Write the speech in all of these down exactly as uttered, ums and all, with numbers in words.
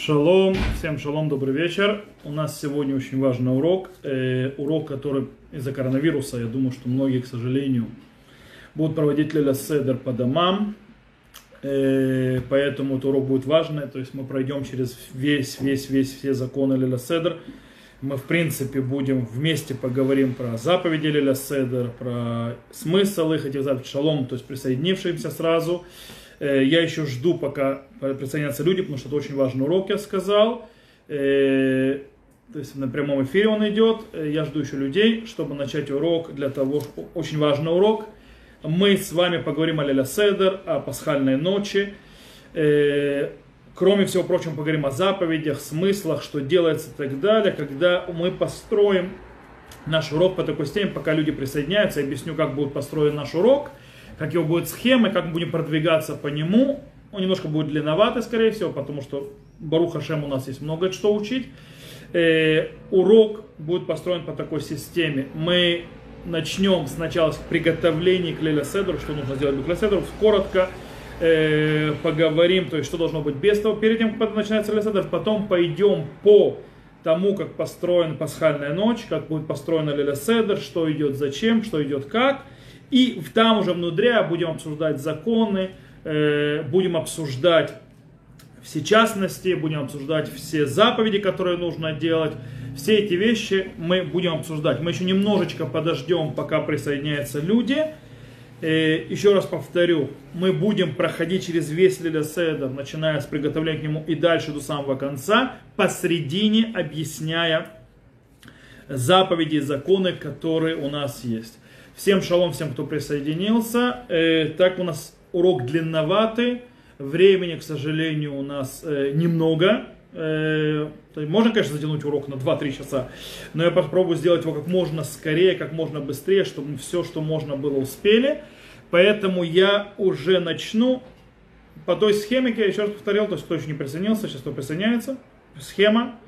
Шалом, всем шалом, добрый вечер. У нас сегодня очень важный урок. Э, урок, который из-за коронавируса, я думаю, что многие, к сожалению, будут проводить леля седер по домам. Э, поэтому этот урок будет важный. То есть мы пройдем через весь, весь, весь, все законы леля седер. Мы, в принципе, будем вместе поговорим про заповеди леля седер, про смысл их, этих заповедей. Шалом, то есть присоединившимся сразу. Я еще жду, пока присоединятся люди, потому что это очень важный урок, я сказал. То есть на прямом эфире он идет. Я жду еще людей, чтобы начать урок. Для того, очень важный урок. Мы с вами поговорим о леля седер, о пасхальной ночи. Кроме всего прочего, поговорим о заповедях, смыслах, что делается и так далее. Когда мы построим наш урок по такой системе, пока люди присоединяются, я объясню, как будет построен наш урок. Как его будет схема, как мы будем продвигаться по нему. Он немножко будет длинноватый, скорее всего, потому что Барух Хашем у нас есть много что учить. Э, урок будет построен по такой системе. Мы начнем сначала с приготовления к леля седеру, что нужно сделать к леля седеру. Коротко э, поговорим, то есть что должно быть без того, перед тем, как начинается леля седер. Потом пойдем по тому, как построена пасхальная ночь, как будет построена леля седер, что идет зачем, что идет как. И там уже внутри будем обсуждать законы, э, будем обсуждать все частности, будем обсуждать все заповеди, которые нужно делать. Все эти вещи мы будем обсуждать. Мы еще немножечко подождем, пока присоединяются люди. Э, еще раз повторю, мы будем проходить через весь леля седер, начиная с приготовления к нему и дальше до самого конца, посредине объясняя заповеди и законы, которые у нас есть. Всем шалом, всем, кто присоединился. Э, так у нас урок длинноватый. Времени, к сожалению, у нас э, немного. Э, можно, конечно, затянуть урок на два-три часа. Но я попробую сделать его как можно скорее, как можно быстрее, чтобы мы все, что можно было, успели. Поэтому я уже начну по той схеме, как я еще раз повторил. То есть, кто еще не присоединился, сейчас кто присоединяется. Схема.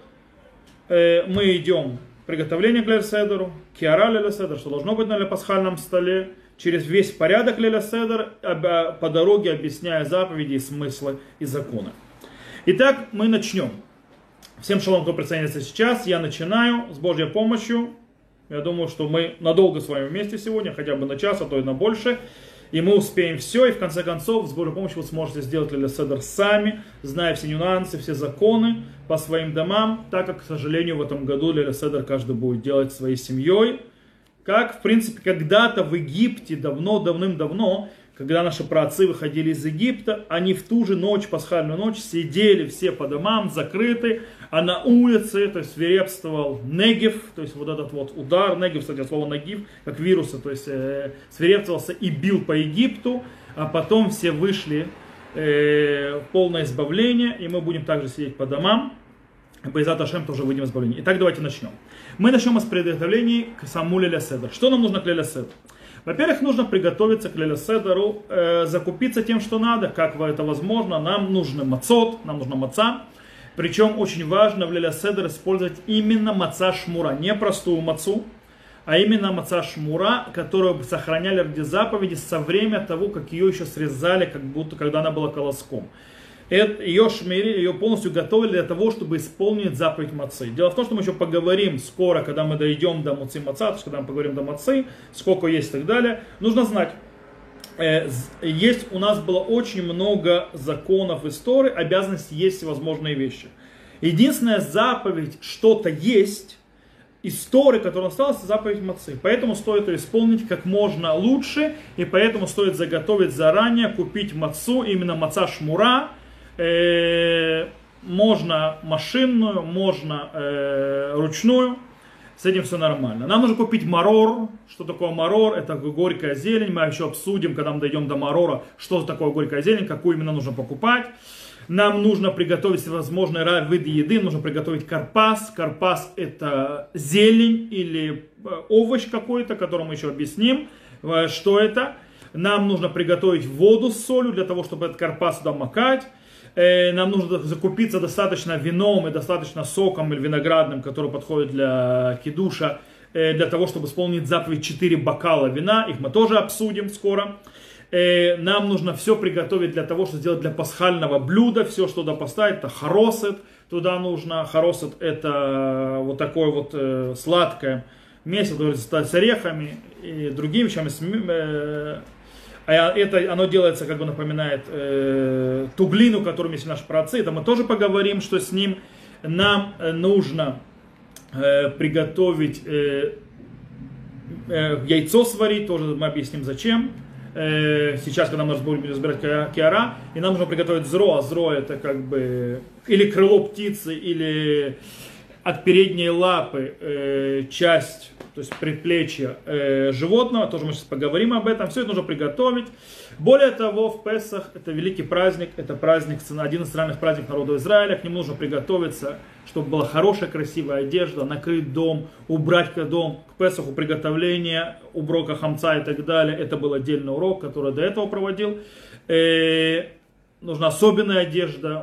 Э, мы идем... Приготовление к леля седеру, киара леля седер, что должно быть на пасхальном столе, через весь порядок леля седер, по дороге объясняя заповеди, смыслы и законы. Итак, мы начнем. Всем шалом, кто присоединяется сейчас. Я начинаю с Божьей помощью. Я думаю, что мы надолго с вами вместе сегодня, хотя бы на час, а то и на больше. И мы успеем все, и в конце концов, с Божьей помощью вы сможете сделать леля седер сами, зная все нюансы, все законы по своим домам, так как, к сожалению, в этом году леля седер каждый будет делать своей семьей. Как, в принципе, когда-то в Египте, давно, давным-давно, когда наши праотцы выходили из Египта, они в ту же ночь, пасхальную ночь, сидели все по домам, закрыты, а на улице, то есть свирепствовал негев, то есть вот этот вот удар, негев, кстати, слово нагив, как вирусы, то есть э, свирепствовался и бил по Египту, а потом все вышли э, в полное избавление, и мы будем также сидеть по домам, и Бейзат Ашем тоже выйдем из избавления. Итак, давайте начнем. Мы начнем с приготовления к самому леля седер. Что нам нужно к леля седер? Во-первых, нужно приготовиться к леля седеру, э, закупиться тем, что надо, как это возможно. Нам нужен мацот, нам нужна маца. Причем очень важно в леля седер использовать именно маца шмура, не простую мацу, а именно маца шмура, которую сохраняли ради заповеди со времени того, как ее еще срезали, как будто когда она была колоском. Это, ее шмири, ее полностью готовили для того, чтобы исполнить заповедь мацы. Дело в том, что мы еще поговорим скоро, когда мы дойдем до муцы маца, то есть когда мы поговорим до мацы, сколько есть и так далее. Нужно знать, э, есть у нас было очень много законов истории, обязанности есть всевозможные вещи. Единственная заповедь, что-то есть, история, которая осталась, заповедь мацы. Поэтому стоит ее исполнить как можно лучше, и поэтому стоит заготовить заранее, купить мацу, именно маца шмура. Э, можно машинную, можно э, ручную, с этим все нормально. Нам нужно купить марор. Что такое марор? Это горькая зелень. Мы еще обсудим, когда мы дойдем до марора, что такое горькая зелень, какую именно нужно покупать. Нам нужно приготовить всевозможные виды еды. Нужно приготовить карпас. Карпас это зелень или овощ какой-то, который мы еще объясним, что это. Нам нужно приготовить воду с солью для того, чтобы этот карпас туда макать. Нам нужно закупиться достаточно вином и достаточно соком или виноградным, который подходит для кидуша, для того, чтобы исполнить заповедь четыре бокала вина. Их мы тоже обсудим скоро. Э, нам нужно все приготовить для того, чтобы сделать для пасхального блюда. Все, что туда поставить, это харосет. Туда нужно, харосет это вот такое вот э, сладкое месиво, которое с орехами и другими вещами. Э, это, оно делается, как бы напоминает э, ту глину, которую есть наши праотцы. Это мы тоже поговорим, что с ним нам нужно э, приготовить, э, э, яйцо сварить, тоже мы объясним зачем. Сейчас, когда мы будем разбирать киара, и нам нужно приготовить зро, а зро это как бы или крыло птицы, или от передней лапы э, часть, то есть предплечья э, животного, тоже мы сейчас поговорим об этом, все это нужно приготовить. Более того, в Песах это великий праздник, это праздник, один из центральных праздников народа Израиля, к нему нужно приготовиться, чтобы была хорошая, красивая одежда, накрыть дом, убрать дом, к Песаху приготовление, уброка хамца и так далее, это был отдельный урок, который до этого проводил. Э, Нужна особенная одежда,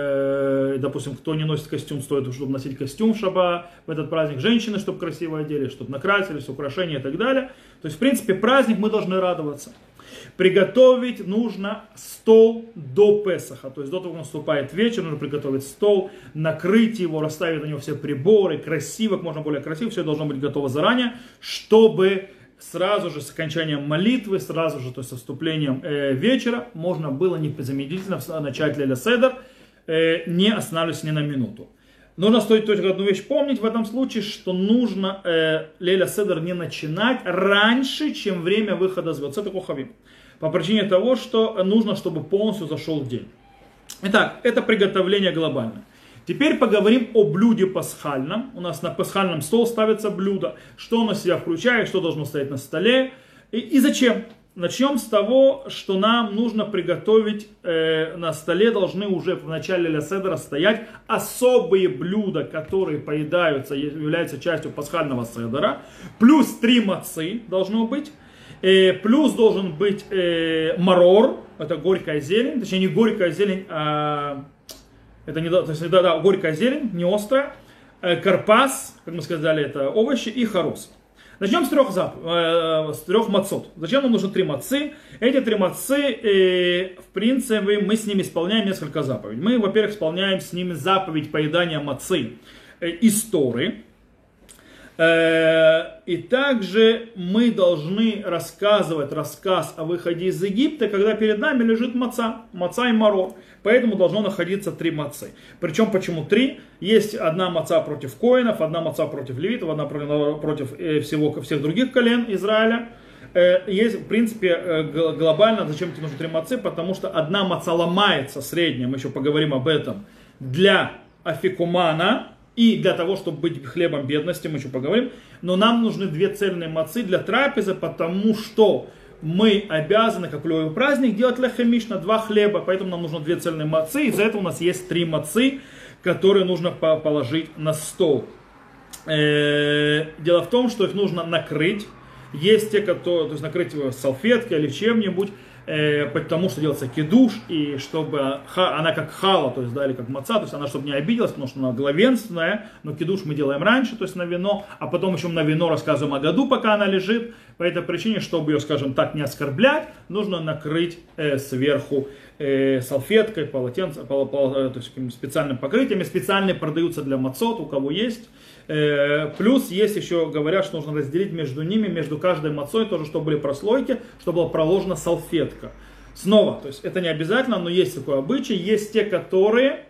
э, допустим, кто не носит костюм, стоит, чтобы носить костюм в шаба, в этот праздник женщины, чтобы красиво одели, чтобы накрасились, украшения и так далее. То есть, в принципе, праздник мы должны радоваться. Приготовить нужно стол до Песаха, то есть до того, как наступает вечер, нужно приготовить стол, накрыть его, расставить на него все приборы, красиво, как можно более красиво, все должно быть готово заранее, чтобы сразу же с окончанием молитвы, сразу же, то есть со вступлением э, вечера, можно было незамедлительно начать Лейля Седер, э, не останавливаясь ни на минуту. Нужно стоит только одну вещь помнить в этом случае, что нужно э, Лейля Седер не начинать раньше, чем время выхода звезд. Это Кохавим. По причине того, что нужно, чтобы полностью зашел день. Итак, это приготовление глобальное. Теперь поговорим о блюде пасхальном. У нас на пасхальном стол ставится блюдо. Что оно в себя включает, что должно стоять на столе и, и зачем. Начнем с того, что нам нужно приготовить, э, на столе должны уже в начале Лейля Седера стоять особые блюда, которые поедаются, являются частью пасхального седера. Плюс три мацы должно быть. Э, плюс должен быть э, марор, это горькая зелень, точнее не горькая зелень, а... Это не, то есть, да, да, горькая зелень, не острая, э, карпас, как мы сказали, это овощи и харос. Начнем с трех, зап, э, с трех мацот. Зачем нам нужны три мацы? Эти три мацы, э, в принципе, мы с ними исполняем несколько заповедей. Мы, во-первых, исполняем с ними заповедь поедания мацы э, из Торы. Э, и также мы должны рассказывать рассказ о выходе из Египта, когда перед нами лежит маца, маца и марор. Поэтому должно находиться три мацы. Причем почему три? Есть одна маца против коинов, одна маца против левитов, одна против всего, всех других колен Израиля. Есть, в принципе, глобально, зачем тебе нужны три мацы? Потому что одна маца ломается, средняя, мы еще поговорим об этом, для афикумана и для того, чтобы быть хлебом бедности, мы еще поговорим. Но нам нужны две цельные мацы для трапезы, потому что мы обязаны, как любой праздник, делать лехем мишна, два хлеба, поэтому нам нужно две цельные мацы, из-за этого у нас есть три мацы, которые нужно положить на стол. Дело в том, что их нужно накрыть, есть те, которые, то есть накрыть его салфеткой или чем-нибудь, потому что делается кидуш, и чтобы она как хала, то есть, да, или как маца, то есть она чтобы не обиделась, потому что она главенственная, но кидуш мы делаем раньше, то есть на вино, а потом еще на вино рассказываем о году, пока она лежит. По этой причине, чтобы ее, скажем так, не оскорблять, нужно накрыть э, сверху э, салфеткой, полотенцем, пол, пол, то есть специальным покрытием. Специальные продаются для мацот, у кого есть. Э, плюс есть еще, говорят, что нужно разделить между ними, между каждой мацой, тоже, чтобы были прослойки, чтобы была проложена салфетка. Снова, то есть это не обязательно, но есть такой обычай. Есть те, которые,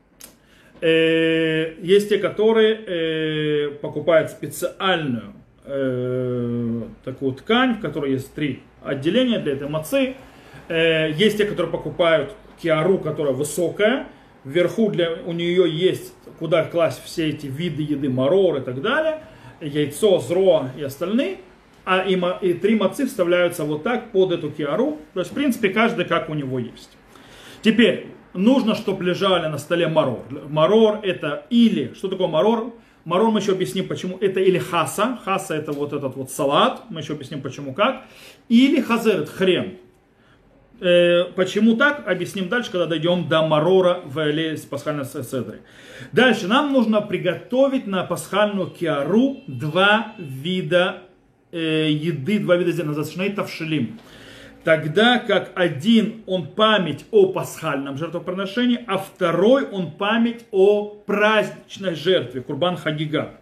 э, есть те, которые э, покупают специальную э, такую ткань, в которой есть три отделения для этой мацы. Э, есть те, которые покупают киару, которая высокая. Вверху для, у нее есть куда класть все эти виды еды, марор и так далее, яйцо, зро и остальные, а и, и три мацы вставляются вот так под эту киару, то есть в принципе каждый как у него есть. Теперь нужно, чтобы лежали на столе марор. Марор это или, что такое марор? Марор мы еще объясним почему, это или хаса, хаса это вот этот вот салат, мы еще объясним почему как, или хазер это хрен. Почему так? Объясним дальше, когда дойдем до марора в пасхальном седре. Дальше нам нужно приготовить на пасхальную киару два вида э, еды, два вида зелени, называется шней тавшилим. Тогда как один он память о пасхальном жертвоприношении, а второй он память о праздничной жертве, курбан хагига.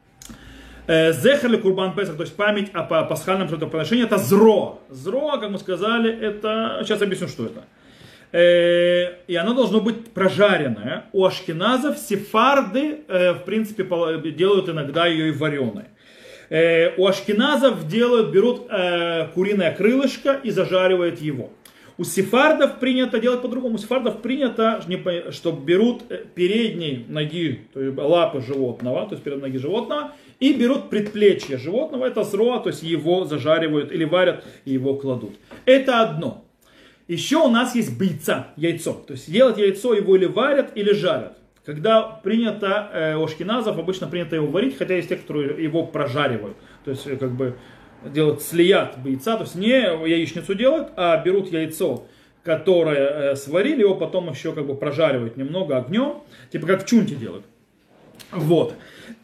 Зехер или курбан песах, то есть память о пасхальном жертвоприношении, это зро. Зро, как мы сказали, это, сейчас объясню, что это. И оно должно быть прожаренное. У ашкеназов сефарды, в принципе, делают иногда ее и вареной. У ашкеназов делают, берут куриное крылышко и зажаривают его. У сефардов принято делать по-другому. У сефардов принято, что берут передние ноги, то есть лапы животного, то есть передние ноги животного, и берут предплечье животного, это зроа, то есть его зажаривают или варят и его кладут. Это одно. Еще у нас есть бейца, яйцо. То есть делать яйцо его или варят, или жарят. Когда принято, э, у ашкеназов обычно принято его варить, хотя есть те, которые его прожаривают. То есть как бы делают слият яйца, то есть не яичницу делают, а берут яйцо, которое э, сварили, его потом еще как бы прожаривают немного огнем, типа как в чунте делают. Вот.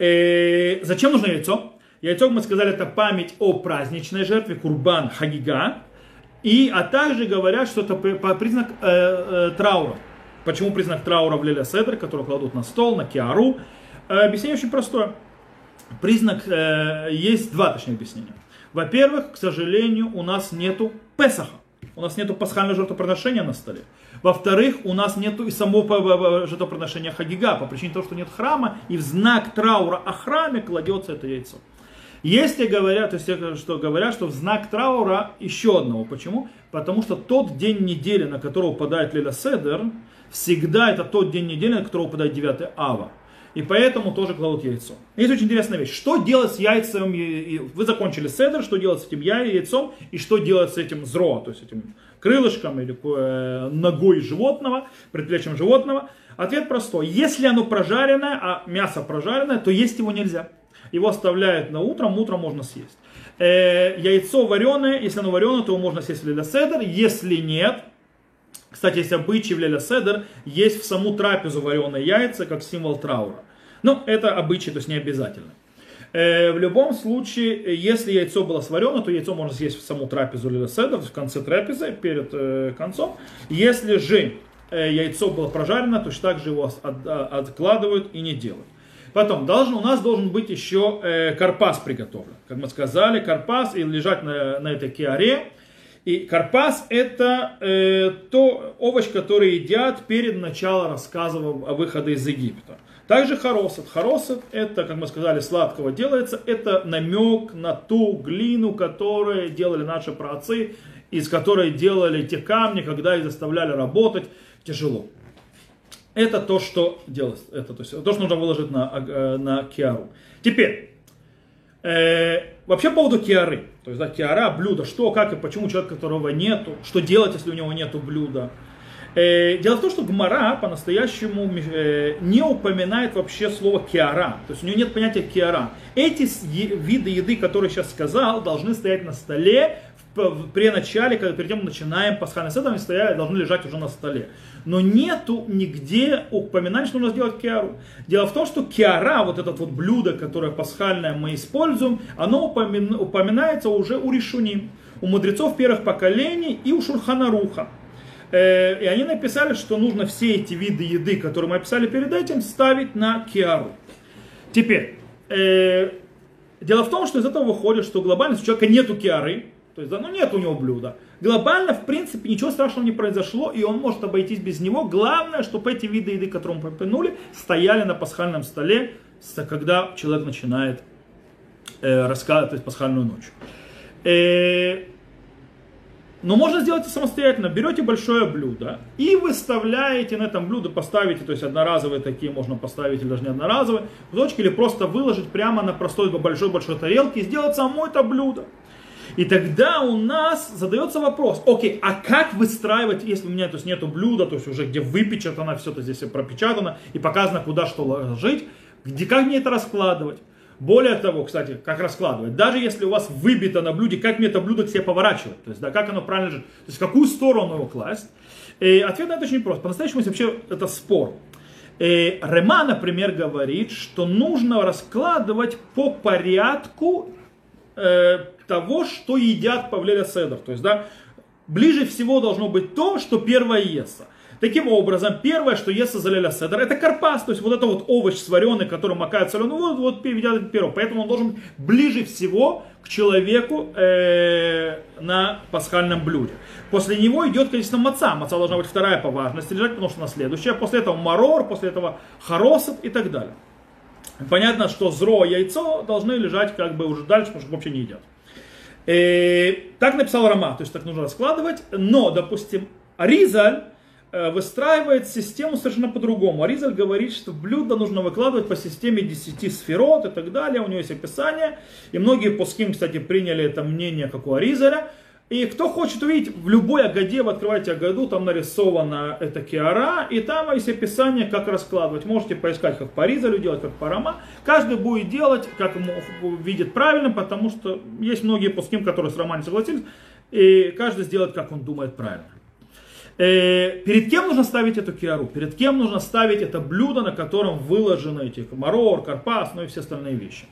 Э, зачем нужно яйцо? Яйцо, как мы сказали, это память о праздничной жертве, курбан хагига. И, а также говорят, что это признак э, э, траура. Почему признак траура в Леля Седер, который кладут на стол, на киару? Э, объяснение очень простое. Признак, э, есть два, точнее, объяснения. Во-первых, к сожалению, у нас нету Песаха. У нас нету пасхального жертвоприношения на столе. Во-вторых, у нас нету и самого жертвоприношения хагига, по причине того, что нет храма, и в знак траура о храме кладется это яйцо. Если говорят, то есть, что говорят, что в знак траура еще одного. Почему? Потому что тот день недели, на который упадает Леля Седер, всегда это тот день недели, на который упадает девятое ава. И поэтому тоже кладут яйцо. Есть очень интересная вещь. Что делать с яйцем? Вы закончили седер, что делать с этим яйцом и что делать с этим зро, то есть этим крылышком или ногой животного, предплечьем животного? Ответ простой. Если оно прожаренное, а мясо прожаренное, то есть его нельзя. Его оставляют на утром, утром можно съесть. Э, яйцо вареное, если оно вареное, то его можно съесть в Леля Седер. Если нет, кстати, есть обычай в Леля Седер, есть в саму трапезу вареные яйца, как символ траура. Но это обычай, то есть не обязательно. Э, в любом случае, если яйцо было сварено, то яйцо можно съесть в саму трапезу Леля Седер, в конце трапезы, перед э, концом. Если же э, яйцо было прожарено, то так же его от, от, откладывают и не делают. Потом, должен, у нас должен быть еще э, карпас приготовлен. Как мы сказали, карпас и лежать на, на этой киаре. И карпас это э, то овощ, который едят перед началом рассказа о выходе из Египта. Также хоросет. Хоросет это, как мы сказали, сладкого делается. Это намек на ту глину, которую делали наши праотцы, из которой делали те камни, когда их заставляли работать тяжело. Это то, что делать, это то, есть, то, что нужно выложить на, на киару. Теперь, э, вообще по поводу киары. То есть, да, киара, блюдо, что, как и почему человек, которого нету, что делать, если у него нету блюда. Э, дело в том, что Гмара по-настоящему э, не упоминает вообще слово киара. То есть, у него нет понятия киара. Эти виды еды, которые я сейчас сказал, должны стоять на столе при начале, когда перед тем мы начинаем пасхальный седер, они стоят, должны лежать уже на столе. Но нету нигде упоминания, что нужно сделать киару. Дело в том, что киара, вот это вот блюдо, которое пасхальное мы используем, оно упоминается уже у решуним, у мудрецов первых поколений и у Шулхан Аруха. И они написали, что нужно все эти виды еды, которые мы описали перед этим, ставить на киару. Теперь, дело в том, что из этого выходит, что глобально, если у человека нету киары, то есть, да, ну нет у него блюда. Глобально, в принципе, ничего страшного не произошло, и он может обойтись без него. Главное, чтобы эти виды еды, которые мы упомянули, стояли на пасхальном столе, когда человек начинает э, рассказывать пасхальную ночь. Э, но можно сделать это самостоятельно. Берете большое блюдо и выставляете на этом блюдо, поставите, то есть одноразовые такие можно поставить, или даже не одноразовые, кусочки, или просто выложить прямо на простой большой-большой тарелке и сделать само это блюдо. И тогда у нас задается вопрос, окей, а как выстраивать, если у меня то есть, нету блюда, то есть уже где выпечатано, все это здесь пропечатано и показано, куда что ложить, где, как мне это раскладывать? Более того, кстати, как раскладывать, даже если у вас выбито на блюде, как мне это блюдо к себе поворачивать, то есть, да, как оно правильно лежит, то есть в какую сторону его класть? И ответ на это очень прост, по-настоящему вообще это спор. И Рема, например, говорит, что нужно раскладывать по порядку э, того, что едят по Леля Седер. То есть, да, ближе всего должно быть то, что первое естся. Таким образом, первое, что естся за лейля седер, это карпас, то есть вот это вот овощ сваренный, который макает соленый, вот, вот едят первого. Поэтому он должен быть ближе всего к человеку э, на пасхальном блюде. После него идет, конечно, маца. Маца должна быть вторая по важности лежать, потому что она следующая. После этого марор, после этого харосет и так далее. Понятно, что зро, яйцо должны лежать как бы уже дальше, потому что вообще не едят. И так написал Рама, то есть так нужно раскладывать. Но, допустим, Аризаль выстраивает систему совершенно по-другому. Аризаль говорит, что блюдо нужно выкладывать по системе десяти сферот и так далее. У него есть описание. И многие пуским, кстати, приняли это мнение, как у Аризаля. И кто хочет увидеть, в любой Агаде, вы открываете Агаду, там нарисована эта киара, и там есть описание, как раскладывать. Можете поискать, как по Аризалю делать, как по Рама. Каждый будет делать, как ему видит правильно, потому что есть многие пуским, которые с Рама не согласились, и каждый сделает, как он думает правильно. Перед кем нужно ставить эту киару? Перед кем нужно ставить это блюдо, на котором выложены эти марор, карпас, ну и все остальные вещи?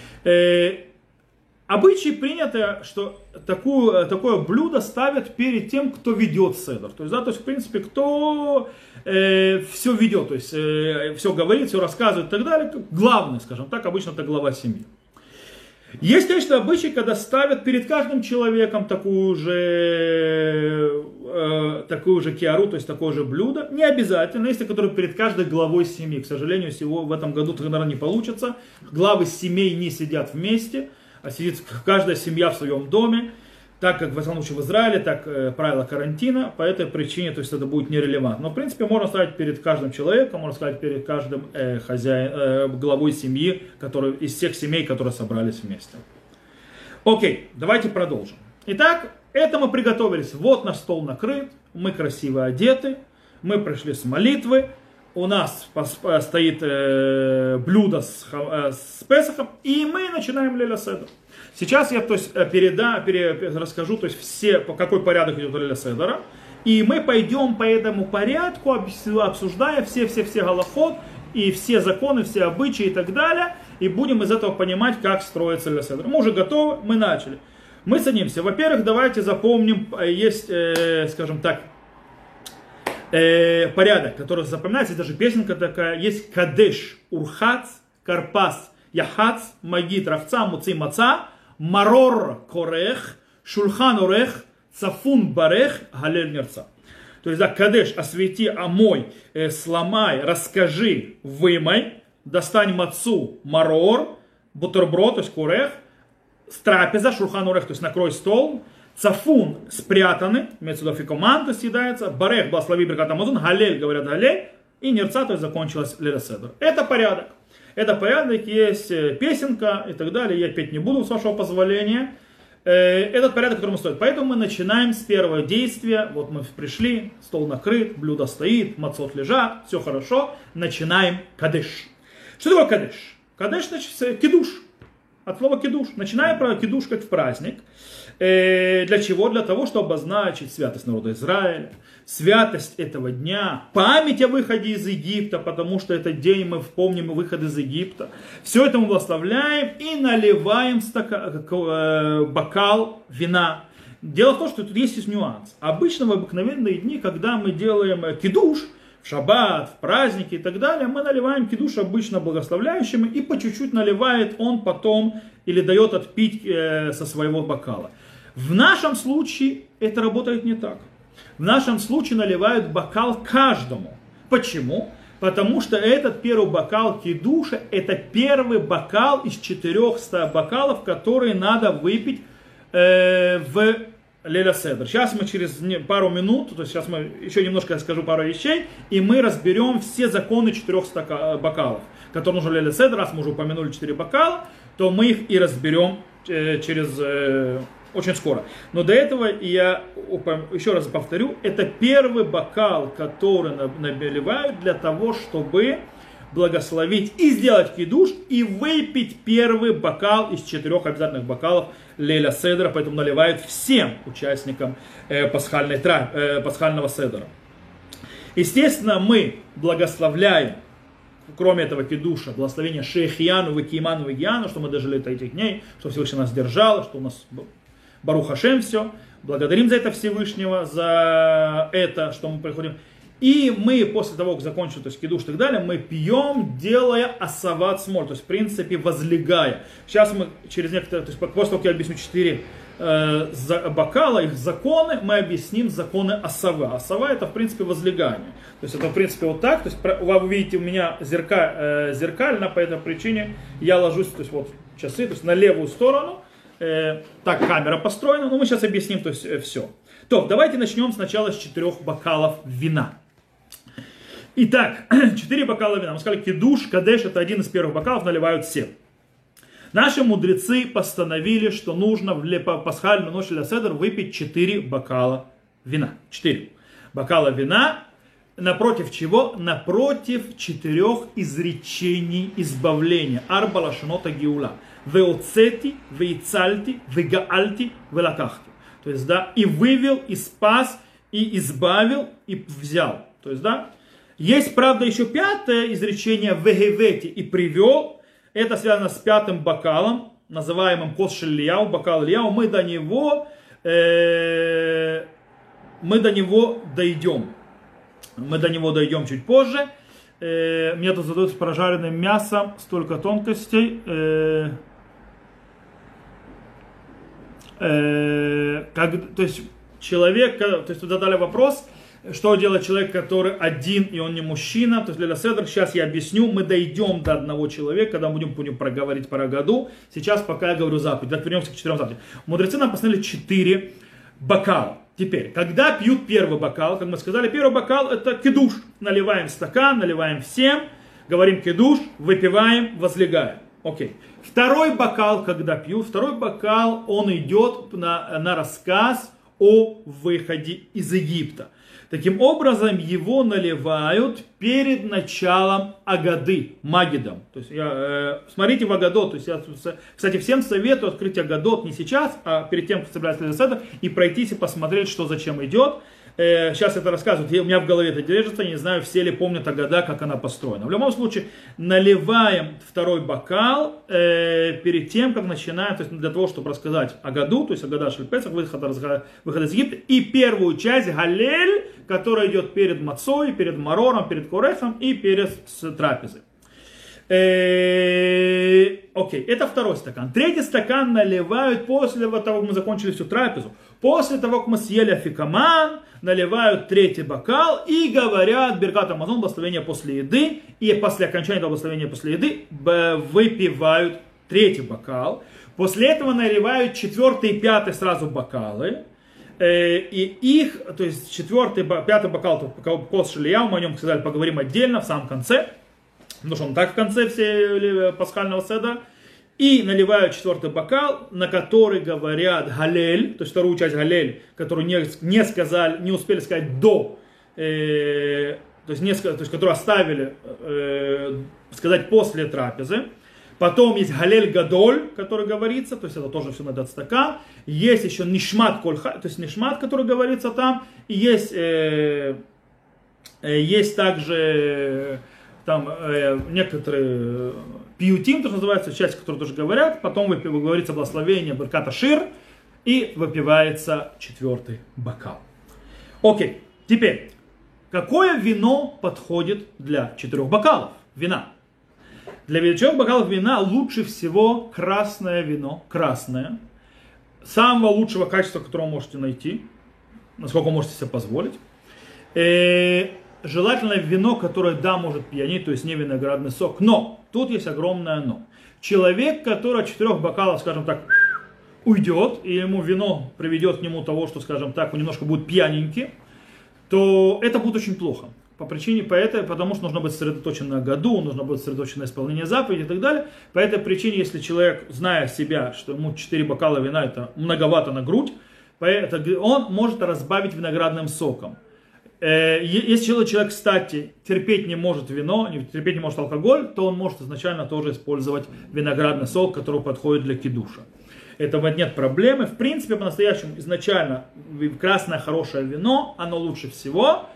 Обычай принято, что такую, такое блюдо ставят перед тем, кто ведет седер. То есть, да, то есть в принципе, кто э, все ведет, то есть э, все говорит, все рассказывает и так далее. Главный, скажем так, обычно это глава семьи. Есть, конечно, обычай, когда ставят перед каждым человеком такую же, э, такую же киару, то есть такое же блюдо. Не обязательно, есть, которые перед каждой главой семьи. К сожалению, всего в этом году, наверное, не получится. Главы семей не сидят вместе, а сидит каждая семья в своем доме. Так как в основном в Израиле, так э, правило карантина, по этой причине, то есть это будет нерелевантно. Но в принципе можно ставить перед каждым человеком, можно ставить перед каждым э, хозяин, э, главой семьи, который, из всех семей, которые собрались вместе. Окей, давайте продолжим. Итак, это мы приготовились. Вот наш стол накрыт, мы красиво одеты, мы пришли с молитвы, у нас стоит э, блюдо с, э, с Песахом, и мы начинаем лейля седер. Сейчас я то есть, переда, пере, расскажу, то есть, все, по какой порядок идет лейля седера. И мы пойдем по этому порядку, обсуждая все-все-все галахот, и все законы, все обычаи и так далее. И будем из этого понимать, как строится лейля седер. Мы уже готовы, мы начали. Мы садимся. Во-первых, давайте запомним, есть, э, скажем так, э, порядок, который запоминается. Есть даже песенка такая. Есть кадеш, урхац, карпас, яхац, магит, равца, муци, маца. Марор корех, шульхан орех, цафун барех, галель нерца. То есть, да, кадеш, освети, омой, э, сломай, расскажи, вымой, достань мацу, марор, бутерброд, то есть корех, трапеза, шульхан орех, то есть накрой стол, цафун спрятаны, имеется в виду фикоман, съедается, барех, благослови, брикат амазон, галель, говорят галель, и нерца, то есть закончилась лейля седер. Это порядок. Это порядок, есть песенка и так далее. Я петь не буду, с вашего позволения. Этот порядок, который мы стоит. Поэтому мы начинаем с первого действия. Вот мы пришли, стол накрыт, блюдо стоит, мацот лежат, все хорошо. Начинаем кадеш. Что такое кадеш? Кадеш, значит, кидуш. От слова кидуш. Начинаем про кидуш как в праздник. Для чего? Для того, чтобы обозначить святость народа Израиля, святость этого дня, память о выходе из Египта, потому что этот день мы помним выход из Египта. Все это мы благословляем и наливаем стакан, бокал вина. Дело в том, что тут есть нюанс. Обычно в обыкновенные дни, когда мы делаем кидуш, в шаббат, в праздники и так далее, мы наливаем кидуш обычно благословляющим, и по чуть-чуть наливает он потом или дает отпить со своего бокала. В нашем случае это работает не так. В нашем случае наливают бокал каждому. Почему? Потому что этот первый бокал кидуша, это первый бокал из четырехсот бокалов, которые надо выпить э, в лейля седер. Сейчас мы через пару минут, то есть сейчас мы еще немножко скажу пару вещей, и мы разберем все законы четырехсот бокалов, которые нужны в лейля седер. Раз мы уже упомянули четыре бокала, то мы их и разберем э, через... Э, очень скоро. Но до этого я еще раз повторю, это первый бокал, который наливают для того, чтобы благословить и сделать кидуш, и выпить первый бокал из четырех обязательных бокалов лейля седера, поэтому наливают всем участникам э, пасхальной, э, пасхального седера. Естественно, мы благословляем, кроме этого кидуша, благословение Шейхьяну, Векиману, Вегиану, что мы дожили до этих дней, что Всевышний нас держал, что у нас Барух Хашем, все. Благодарим за это Всевышнего, за это, что мы приходим. И мы после того, как закончим, то есть кидуш и так далее, мы пьем, делая асават смоль, то есть в принципе возлегая. Сейчас мы через некоторое, то есть после того, как я объясню четыре э, бокала, их законы, мы объясним законы асава. Асава это в принципе возлегание. То есть это в принципе вот так, то есть вы видите у меня зерка, э, зеркально, по этой причине я ложусь, то есть вот часы, то есть на левую сторону, э, так камера построена, но мы сейчас объясним, то есть э, все. То, давайте начнем сначала с четырех бокалов вина. Итак, четыре бокала вина. Мы сказали, кидуш, кадеш, это один из первых бокалов, наливают все. Наши мудрецы постановили, что нужно в пасхальную ночь ля седер выпить четыре бокала вина. четыре бокала вина. Напротив чего? Напротив четырех изречений избавления. Арба лашонота гиула. Веоцети, веицальти, вегаальти, велакахти. То есть, да, и вывел, и спас, и избавил, и взял. То есть, да, есть, правда, еще пятое изречение «вегевети» и «привел». Это связано с пятым бокалом, называемым «кос шельяу», бокал Ильяу. Мы до него, э, мы до него дойдем. Мы до него дойдем чуть позже. Э, мне тут задают с прожаренным мясом столько тонкостей. Э, э, как, то есть, человек, то есть, тут задали вопрос, что делает человек, который один, и он не мужчина. То есть для седр, сейчас я объясню, мы дойдем до одного человека, когда будем, будем проговорить про году. Сейчас пока я говорю заповедь. Так вернемся к четырем заповедям. Мудрецы нам постановили четыре бокала. Теперь, когда пьют первый бокал, как мы сказали, первый бокал это кидуш. Наливаем стакан, наливаем всем, говорим кидуш, выпиваем, возлегаем. Окей. Второй бокал, когда пьют, второй бокал, он идет на, на рассказ о выходе из Египта. Таким образом, его наливают перед началом Агады, Магидом. То есть, я, э, смотрите в Агадот. То есть, я, кстати, всем советую открыть Агадот не сейчас, а перед тем, как собираться для седра, и пройтись и посмотреть, что зачем идет. Э, сейчас это рассказывают, у меня в голове это держится, я не знаю, все ли помнят Агада, как она построена. В любом случае, наливаем второй бокал э, перед тем, как начинаем, то есть для того, чтобы рассказать Агаду, то есть Агада Шельпецах, выход, выход из Египта, и первую часть Галель, которая идет перед Мацой, перед Марором, перед Корехом и перед трапезой. Э, окей, это второй стакан. Третий стакан наливают после того, как мы закончили всю трапезу. После того, как мы съели афикаман, наливают третий бокал и говорят Беркат Амазон, благословение после еды. И после окончания благословения после еды выпивают третий бокал. После этого наливают четвертый и пятый сразу бокалы. И их, то есть четвертый, пятый бокал, кос шельяу, мы о нем, сказали, поговорим отдельно в самом конце. Потому что он так в конце все пасхального седа. И наливают четвертый бокал, на который говорят Галель, то есть вторую часть Галель, которую не, не сказали, не успели сказать до, э, то, есть не, то есть которую оставили э, сказать после трапезы. Потом есть Галель Гадоль, который говорится, то есть это тоже все на этот стакан. Есть еще Нишмат Кольха, то есть Нишмат, который говорится там. И есть, э, э, есть также там э, некоторые пиютим, тоже называется, часть, которую тоже говорят. Потом говорится благословение Берката Шир и выпивается четвертый бокал. Окей, теперь, какое вино подходит для четырех бокалов вина? Для четырех бокалов вина лучше всего красное вино, красное, самого лучшего качества, которое вы можете найти, насколько можете себе позволить. И желательно вино, которое, да, может пьянить, то есть не виноградный сок, но тут есть огромное но. Человек, который от четырех бокалов, скажем так, уйдет, и ему вино приведет к нему того, что, скажем так, он немножко будет пьяненький, то это будет очень плохо. По причине, по этой, потому что нужно быть сосредоточен на году, нужно быть сосредоточен на исполнении заповедей и так далее. По этой причине, если человек, зная себя, что ему четыре бокала вина это многовато на грудь, он может разбавить виноградным соком. Если человек, кстати, терпеть не может вино, терпеть не может алкоголь, то он может изначально тоже использовать виноградный сок, который подходит для кидуша. Этого нет проблемы. В принципе, по-настоящему, изначально красное хорошее вино, оно лучше всего.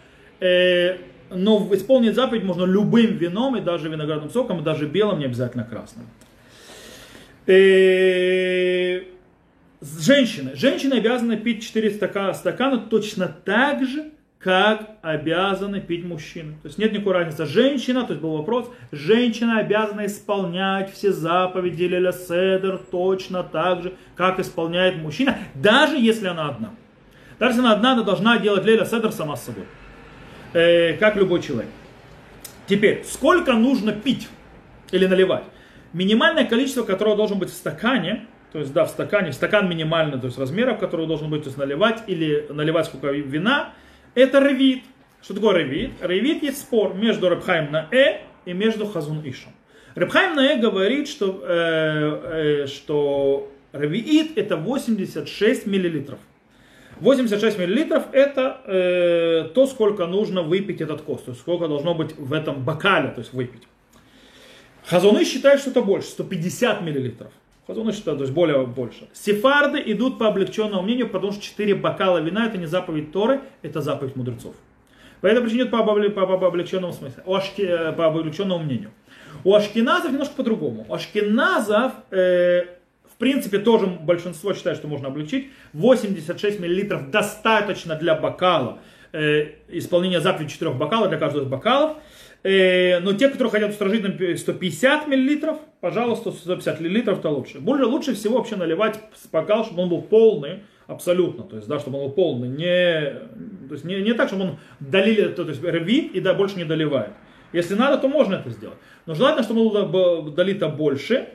Но исполнить заповедь можно любым вином, и даже виноградным соком, и даже белым, не обязательно красным. Женщины. Женщины обязаны пить четыре стакана, стакана точно так же, как обязаны пить мужчины. То есть нет никакой разницы. Женщина, то есть был вопрос, женщина обязана исполнять все заповеди Лейля Седер точно так же, как исполняет мужчина, даже если она одна. Даже если она одна, она должна делать Лейля Седер сама с собой. Э, как любой человек. Теперь, сколько нужно пить или наливать? Минимальное количество, которое должно быть в стакане, то есть да, в стакане, стакан минимальный, то есть размеров, который должен быть, то есть наливать или наливать сколько вина, это ревит. Что такое ревит? Ревит есть спор между Реб Хаим Наэ и между Хазун Ишем. Реб Хаим Наэ говорит, что, э, э, что ревит это восемьдесят шесть миллилитров. восемьдесят шесть миллилитров это э, то, сколько нужно выпить этот кост, то есть сколько должно быть в этом бокале, то есть выпить. Хазун Иш считает, что это больше, сто пятьдесят миллилитров. Хазун Иш считает, то есть более больше. Сефарды идут по облегченному мнению, потому что четыре бокала вина это не заповедь Торы, это заповедь мудрецов. По этой причине по, по, по облегченному смыслу, у Ашки, по облегченному мнению. У ашкеназов немножко по-другому. У ашкеназов, э, в принципе, тоже большинство считает, что можно облегчить. восемьдесят шесть миллилитров достаточно для бокала, э, исполнения заповеди четырех бокалов, для каждого из бокалов. Но те, которые хотят устражить на сто пятьдесят миллилитров, пожалуйста, сто пятьдесят миллилитров это лучше. Более лучше всего вообще наливать бокал, чтобы он был полный, абсолютно. То есть, да, чтобы он был полный. Не, то есть, не, не так, чтобы он долили, то есть рвит и да, больше не доливает. Если надо, то можно это сделать. Но желательно, чтобы он был долито больше.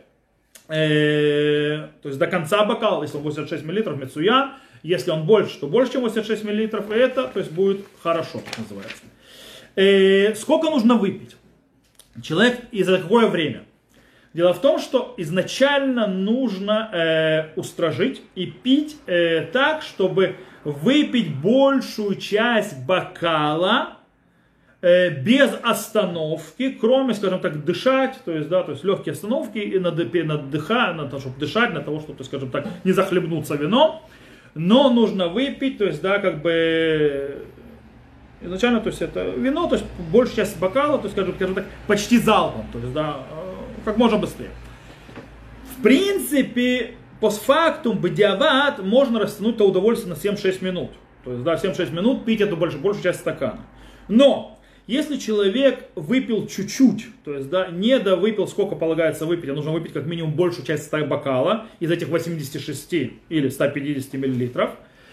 Э, то есть до конца бокала, если он восемьдесят шесть миллилитров, мецуян. Если он больше, то больше, чем восемьдесят шесть миллилитров, и это то есть, будет хорошо, так называется. Э, сколько нужно выпить? Человек и за какое время? Дело в том, что изначально нужно э, устражить и пить э, так, чтобы выпить большую часть бокала э, без остановки, кроме, скажем так, дышать, то есть, да, то есть легкие остановки и надыхать, на то, чтобы дышать, на того, чтобы, скажем так, не захлебнуться вином, но нужно выпить, то есть, да, как бы изначально, то есть это вино, то есть большая часть бокала, то есть, скажем, скажем так, почти залпом, то есть, да, как можно быстрее. В принципе, постфактум, бадиават, можно растянуть то удовольствие на семь-шесть минут. То есть, да, семь-шесть минут пить эту большую, большую часть стакана. Но, если человек выпил чуть-чуть, то есть, да, не довыпил, сколько полагается выпить, а нужно выпить как минимум большую часть ста бокала из этих восьмидесяти шести или ста пятидесяти миллилитров,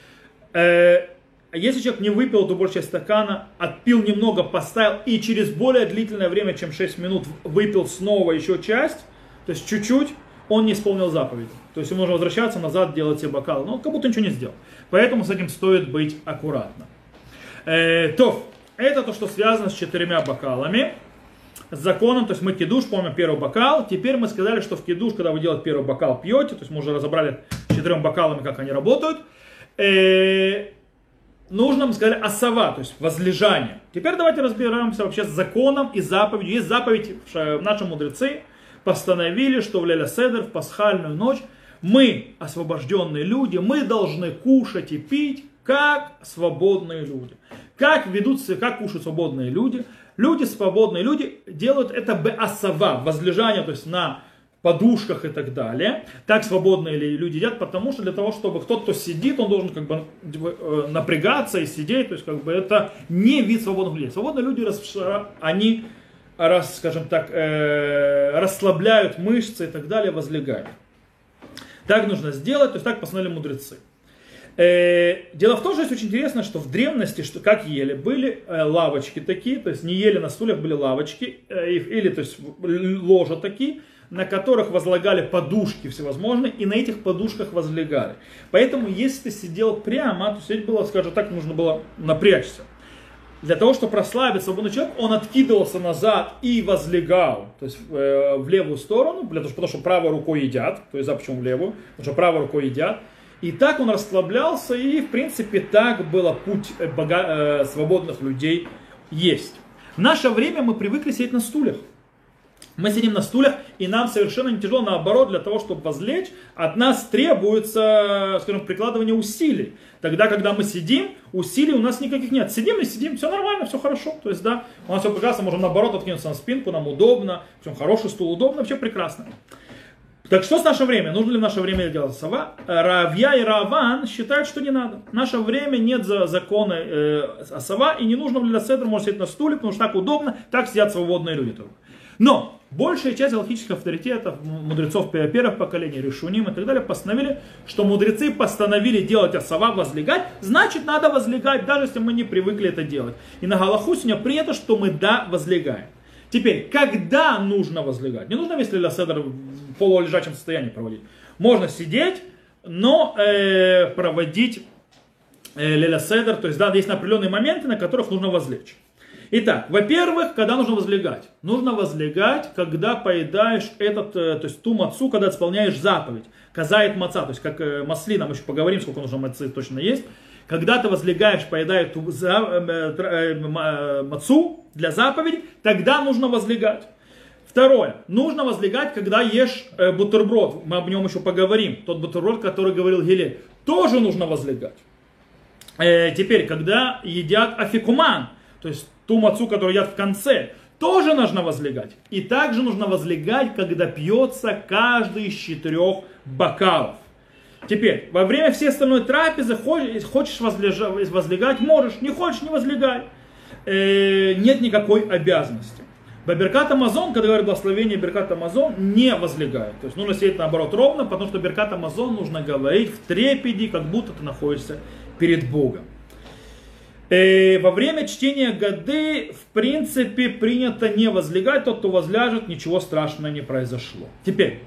э, если человек не выпил эту большую часть стакана, отпил немного, поставил и через более длительное время, чем шесть минут, выпил снова еще часть, то есть чуть-чуть, он не исполнил заповедь. То есть ему нужно возвращаться назад, делать все бокалы. Но он как будто ничего не сделал. Поэтому с этим стоит быть аккуратно. Э, то, это то, что связано с четырьмя бокалами. С законом, то есть мы кидуш, помним первый бокал. Теперь мы сказали, что в кидуш, когда вы делаете первый бокал, пьете. То есть мы уже разобрали с четырьмя бокалами, как они работают. Э, Нужно, мы сказали, асава, то есть возлежание. Теперь давайте разбираемся вообще с законом и заповедью. Есть заповедь, наши мудрецы постановили, что в Лейля Седер, в пасхальную ночь, мы, освобожденные люди, мы должны кушать и пить, как свободные люди. Как ведут себя, как кушают свободные люди? Люди, свободные люди, делают это беасава, возлежание, то есть на подушках и так далее. Так свободные люди едят, потому что для того, чтобы кто-то, кто сидит, он должен как бы напрягаться и сидеть, то есть как бы это не вид свободных людей. Свободные люди, они, раз, скажем так, расслабляют мышцы и так далее, возлегают. Так нужно сделать, то есть так постановили мудрецы. Дело в том, что есть очень интересно, что в древности, что, как ели, были лавочки такие, то есть не ели на стульях, были лавочки, или то есть ложа такие, на которых возлагали подушки всевозможные, и на этих подушках возлегали. Поэтому, если ты сидел прямо, то сидеть было, скажем так, нужно было напрячься. Для того, чтобы расслабиться свободный человек, он откидывался назад и возлегал, то есть э, в левую сторону, для того, потому что правой рукой едят, то есть, да, почему в левую, потому что правой рукой едят. И так он расслаблялся, и, в принципе, так было путь бога, э, свободных людей есть. В наше время мы привыкли сидеть на стульях. Мы сидим на стульях, и нам совершенно не тяжело, наоборот, для того, чтобы возлечь, от нас требуется, скажем, прикладывание усилий. Тогда, когда мы сидим, усилий у нас никаких нет. Сидим и сидим, все нормально, все хорошо. То есть, да, у нас все прекрасно, можем наоборот откинуться на спинку, нам удобно, причем хороший стул удобно, вообще прекрасно. Так что с нашим временем? Нужно ли в наше время делать асава? Равья и Раван считают, что не надо. В наше время нет закона э, асава, и не нужно для седра, можно сидеть на стуле, потому что так удобно, так сидят свободные люди только. Но большая часть галахических авторитетов, мудрецов первых поколений, решуним и так далее, постановили, что мудрецы постановили делать асава, возлегать, значит надо возлегать, даже если мы не привыкли это делать. И на галаху сегодня принято, что мы да, возлегаем. Теперь, когда нужно возлегать? Не нужно, если седр в полулежачем состоянии проводить. Можно сидеть, но э, проводить э, леля седр, то есть да, есть определенные моменты, на которых нужно возлечь. Итак, во-первых, когда нужно возлегать? Нужно возлегать, когда поедаешь этот, то есть ту мацу, когда исполняешь заповедь. Казает маца, то есть как маслина, мы еще поговорим, сколько нужно мацы точно есть. Когда ты возлегаешь, поедаешь ту мацу для заповеди, тогда нужно возлегать. Второе. Нужно возлегать, когда ешь бутерброд. Мы об нем еще поговорим. Тот бутерброд, который говорил Гилель, тоже нужно возлегать. Теперь, когда едят афикуман, то есть ту мацу, которую едят в конце, тоже нужно возлегать. И также нужно возлегать, когда пьется каждый из четырех бокалов. Теперь, во время всей остальной трапезы, хочешь возлегать, можешь, не хочешь, не возлегай. Э, нет никакой обязанности. Беркат Амазон, когда говорят благословение Беркат Амазон, не возлегает. То есть нужно сидеть наоборот ровно, потому что Беркат Амазон нужно говорить в трепеде, как будто ты находишься перед Богом. Э, во время чтения Гады, в принципе, принято не возлегать. Тот, кто возляжет, ничего страшного не произошло. Теперь,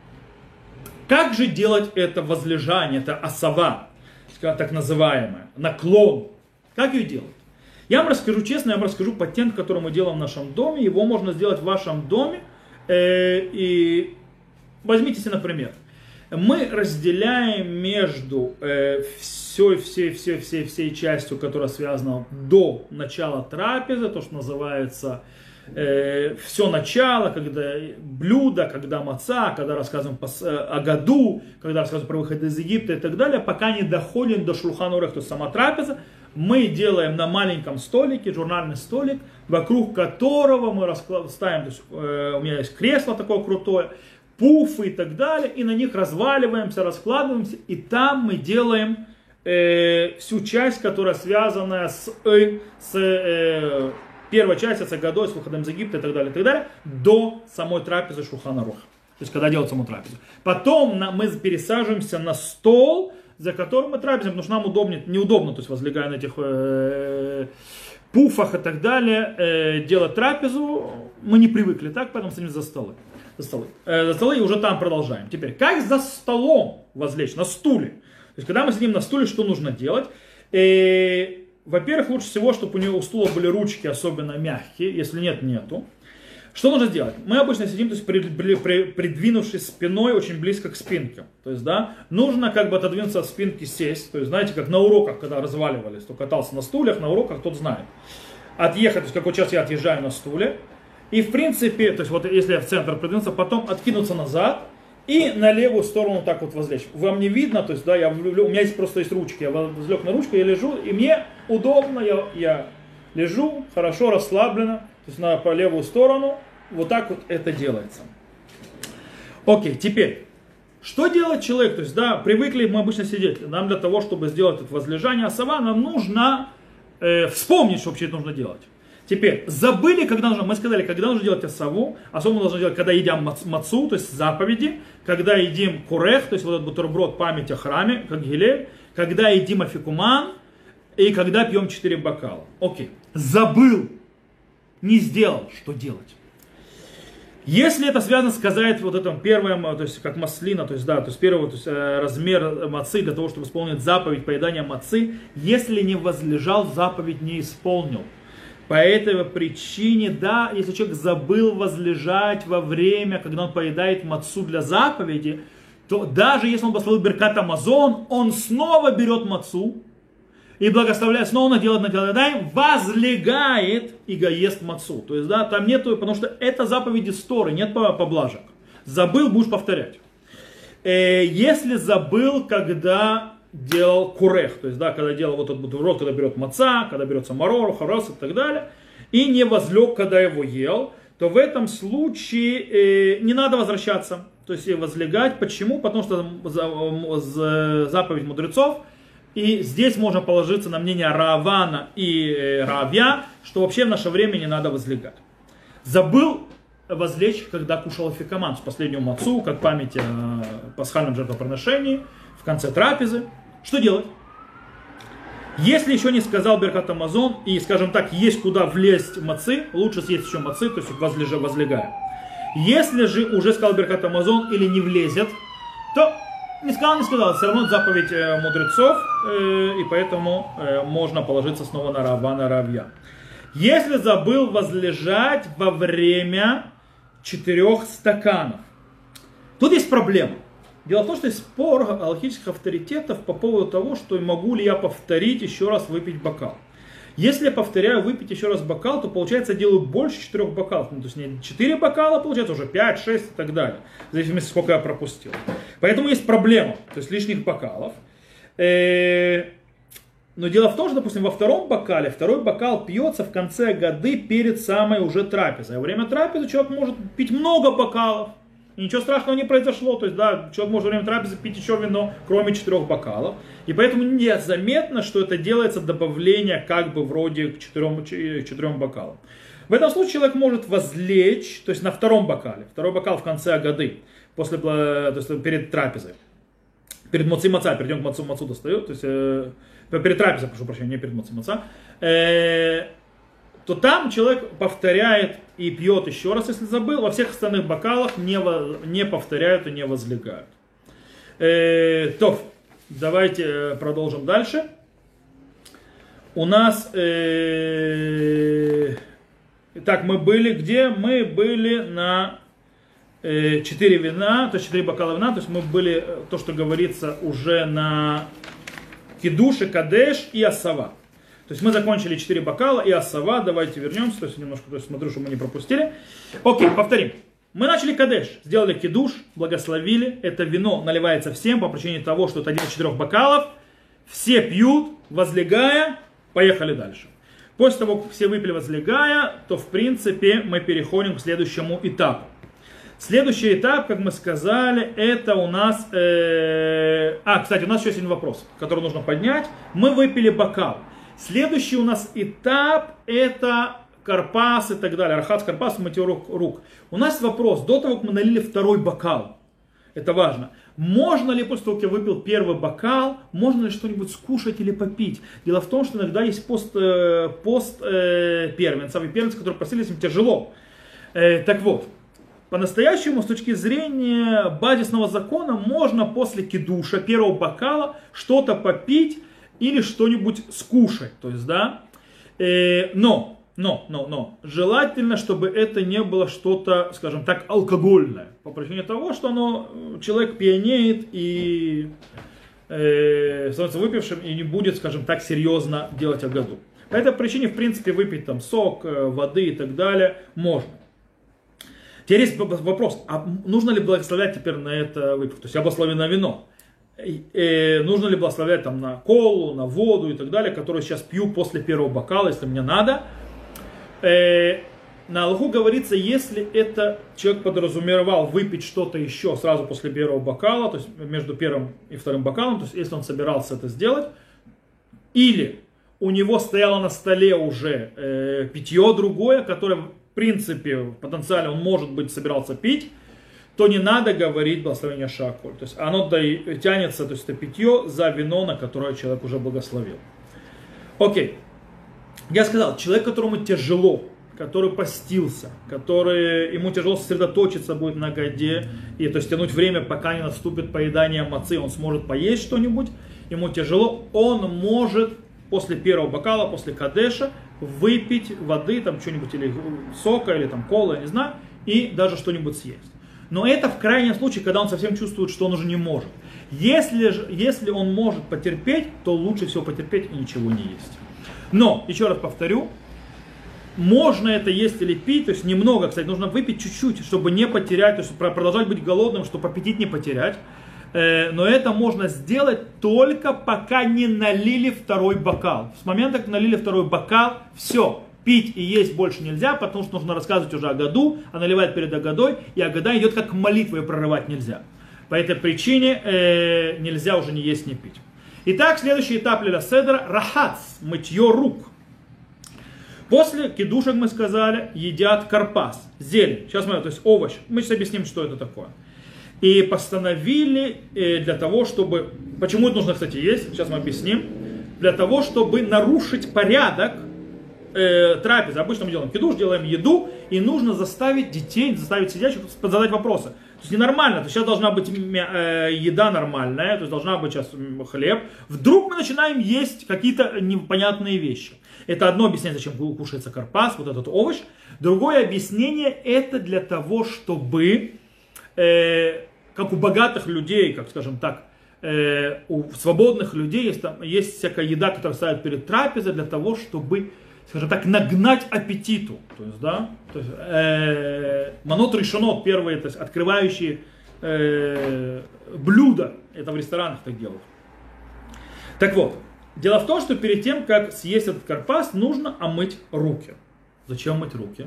как же делать это возлежание, это асава, так называемое, наклон? Как ее делать? Я вам расскажу честно, я вам расскажу патент, который мы делаем в нашем доме. Его можно сделать в вашем доме. Э, и возьмите себе, например, мы разделяем между э, всей, всей, всей, всей, всей частью, которая связана до начала трапезы, то, что называется э, все начало, когда блюдо, когда маца, когда рассказываем о году, когда рассказываем про выход из Египта и так далее, пока не доходим до шулхан арух, то есть сама трапеза, мы делаем на маленьком столике, журнальный столик, вокруг которого мы ставим, то есть, э, у меня есть кресло такое крутое, пуфы и так далее, и на них разваливаемся, раскладываемся, и там мы делаем э, всю часть, которая связана с, э, с э, первой частью, с Агадой, с выходом из Египта и так далее, и так далее, до самой трапезы Шулхан Арух. То есть, когда делают саму трапезу. Потом на, мы пересаживаемся на стол, за которым мы трапезим, потому что нам удобно, неудобно, то есть, возлегая на этих э, пуфах и так далее, э, делать трапезу. Мы не привыкли так, поэтому садимся за столы. За столы. Э, за столы и уже там продолжаем. Теперь, как за столом возлечь? На стуле. То есть, когда мы сидим на стуле, что нужно делать? Э, во-первых, лучше всего, чтобы у него у стула были ручки особенно мягкие. Если нет, нету. Что нужно сделать? Мы обычно сидим, то есть, при, при, при, придвинувшись спиной очень близко к спинке. То есть, да, нужно как бы отодвинуться от спинки, сесть. То есть, знаете, как на уроках, когда разваливались, кто катался на стульях, на уроках, тот знает. Отъехать, то есть, как вот сейчас я отъезжаю на стуле. И в принципе, то есть вот если я в центр придвинуться, потом откинуться назад и на левую сторону так вот возлечь. Вам не видно, то есть да, я, у меня есть просто есть ручки, я возлег на ручку, я лежу, и мне удобно, я, я лежу хорошо, расслабленно, то есть на по левую сторону, вот так вот это делается. Окей, теперь, что делать человек, то есть да, привыкли мы обычно сидеть, нам для того, чтобы сделать это возлежание асава, нам нужно э, вспомнить, что вообще это нужно делать. Теперь, забыли, когда нужно, мы сказали, когда нужно делать асаву, особенно нужно делать, когда едим мацу, то есть заповеди, когда едим курех, то есть вот этот бутерброд, память о храме, как Гилель, когда едим афикуман и когда пьем четыре бокала. Окей, забыл, не сделал, что делать? Если это связано с сказать вот этом первым, то есть как маслина, то есть да, то есть первый то есть, размер мацы для того, чтобы исполнить заповедь поедания мацы, если не возлежал, заповедь не исполнил. По этой причине, да, если человек забыл возлежать во время, когда он поедает мацу для заповеди, то даже если он благословил Беркат Амазон, он снова берет мацу и благословляет, снова делает на Каладаим, возлегает и ест мацу. То есть, да, там нету, потому что это заповеди Торы, нет поблажек. Забыл, будешь повторять. Если забыл, когда делал курех, то есть, да, когда делал вот этот бутерброд, когда берет маца, когда берется марору, харас и так далее, и не возлег, когда его ел, то в этом случае э, не надо возвращаться. то есть возлегать. Почему? Потому что заповедь мудрецов, и здесь можно положиться на мнение Равана и Равья, что вообще в наше время не надо возлегать. Забыл возлечь, когда кушал афикаман, с последнего мацу, как память о пасхальном жертвоприношении, в конце трапезы. Что делать? Если еще не сказал Беркат Амазон, и, скажем так, есть куда влезть мацы, лучше съесть еще мацы, то есть возлежа, возлегая. Если же уже сказал Беркат Амазон или не влезет, то не сказал, не сказал, все равно заповедь э, мудрецов, э, и поэтому э, можно положиться снова на Равана Равья. Если забыл возлежать во время четырех стаканов, тут есть проблема. Дело в том, что есть спор галахических авторитетов по поводу того, что могу ли я повторить еще раз выпить бокал. Если я повторяю выпить еще раз бокал, то получается я делаю больше четырех бокалов. Ну, то есть не четыре бокала, получается уже пять, шесть и так далее. В зависимости, сколько я пропустил. Поэтому есть проблема, то есть лишних бокалов. Но дело в том, что, допустим, во втором бокале, второй бокал пьется в конце годы перед самой уже трапезой. А во время трапезы человек может пить много бокалов. И ничего страшного не произошло. То есть, да, человек может во время трапезы пить еще вино, кроме четырех бокалов. И поэтому незаметно, что это делается добавление как бы вроде к четырем, четырем бокалам. В этом случае человек может возлечь, то есть на втором бокале. Второй бокал в конце годы, после, то есть перед трапезой. Перед моци маца, перейдем к мацу, мацу достает, то есть э, перед трапезой, прошу прощения, не перед моци маца. Э, то там человек повторяет и пьет еще раз, если забыл. Во всех остальных бокалах не, не повторяют и не возлегают. Э, то, давайте продолжим дальше. У нас... Э, так, мы были где? Мы были на э, четыре вина, то есть четыре бокала вина. То есть мы были, то, что говорится, уже на кидуше, кадеш и асава. То есть мы закончили четыре бокала и асава. Давайте вернемся. То есть немножко, то есть смотрю, что мы не пропустили. Окей, повторим. Мы начали кадеш, сделали кидуш, благословили. Это вино наливается всем по причине того, что это один из четырех бокалов. Все пьют, возлегая. Поехали дальше. После того, как все выпили возлегая, то в принципе мы переходим к следующему этапу. Следующий этап, как мы сказали, это у нас... Э... А, кстати, у нас еще есть один вопрос, который нужно поднять. Мы выпили бокал. Следующий у нас этап это карпас и так далее. Рахат карпас, мытье рук, рук. У нас вопрос, до того, как мы налили второй бокал. Это важно. Можно ли после того, как я выпил первый бокал, можно ли что-нибудь скушать или попить? Дело в том, что иногда есть пост, э, пост э, первенцев, и первенцы, которые постились, им тяжело. Э, так вот, по-настоящему, с точки зрения базисного закона, можно после кидуша, первого бокала, что-то попить или что-нибудь скушать. То есть, да, э, но... Но, но, но, желательно, чтобы это не было что-то, скажем так, алкогольное. По причине того, что оно, человек пьянеет и э, становится выпившим и не будет, скажем так, серьезно делать о году. По этой причине, в принципе, выпить там сок, воды и так далее можно. Теперь есть вопрос, а нужно ли благословлять теперь на это выпивку? То есть я благословен на вино. Э, нужно ли благословлять там на колу, на воду и так далее, которую сейчас пью после первого бокала, если мне надо. На Аллаху говорится, если это человек подразумевал выпить что-то еще сразу после первого бокала, то есть между первым и вторым бокалом, то есть если он собирался это сделать, или у него стояло на столе уже э, питье другое, которое в принципе потенциально он может быть собирался пить, то не надо говорить благословение шаколь. То есть оно тянется, то есть это питье за вино, на которое человек уже благословил. Окей. Я сказал, человек, которому тяжело, который постился, который, ему тяжело сосредоточиться будет на годе, и то есть тянуть время, пока не наступит поедание мацы, он сможет поесть что-нибудь, ему тяжело, он может после первого бокала, после кадеша, выпить воды, там что-нибудь, или сока, или там кола, я не знаю, и даже что-нибудь съесть. Но это в крайнем случае, когда он совсем чувствует, что он уже не может. Если, же, если он может потерпеть, то лучше всего потерпеть и ничего не есть. Но, еще раз повторю, можно это есть или пить, то есть немного, кстати, нужно выпить чуть-чуть, чтобы не потерять, то есть продолжать быть голодным, чтобы аппетит не потерять. Но это можно сделать только пока не налили второй бокал. С момента, как налили второй бокал, все, пить и есть больше нельзя, потому что нужно рассказывать уже о году, а наливать перед Агадой, и Агада идет как молитва, ее прорывать нельзя. По этой причине э, нельзя уже не есть, не пить. Итак, следующий этап Лиля Седера – рахац, мытье рук. После кидушек, мы сказали, едят карпас, зелень. Сейчас мы, то есть овощ. Мы сейчас объясним, что это такое. И постановили э, для того, чтобы... Почему это нужно, кстати, есть? Сейчас мы объясним. Для того, чтобы нарушить порядок э, трапезы. Обычно мы делаем кидуш, делаем еду, и нужно заставить детей, заставить сидящих задать вопросы. То есть ненормально, то есть сейчас должна быть э, еда нормальная, то есть должна быть сейчас хлеб. Вдруг мы начинаем есть какие-то непонятные вещи. Это одно объяснение, зачем кушается карпас, вот этот овощ. Другое объяснение, это для того, чтобы, э, как у богатых людей, как скажем так, э, у свободных людей есть, там, есть всякая еда, которая ставят перед трапезой, для того, чтобы, скажем так, нагнать аппетиту. То есть, да, то есть, э, манот решонот, первые, то есть, открывающие э, блюда, это в ресторанах так делают. Так вот. Дело в том, что перед тем, как съесть этот карпас, нужно омыть руки. Зачем мыть руки?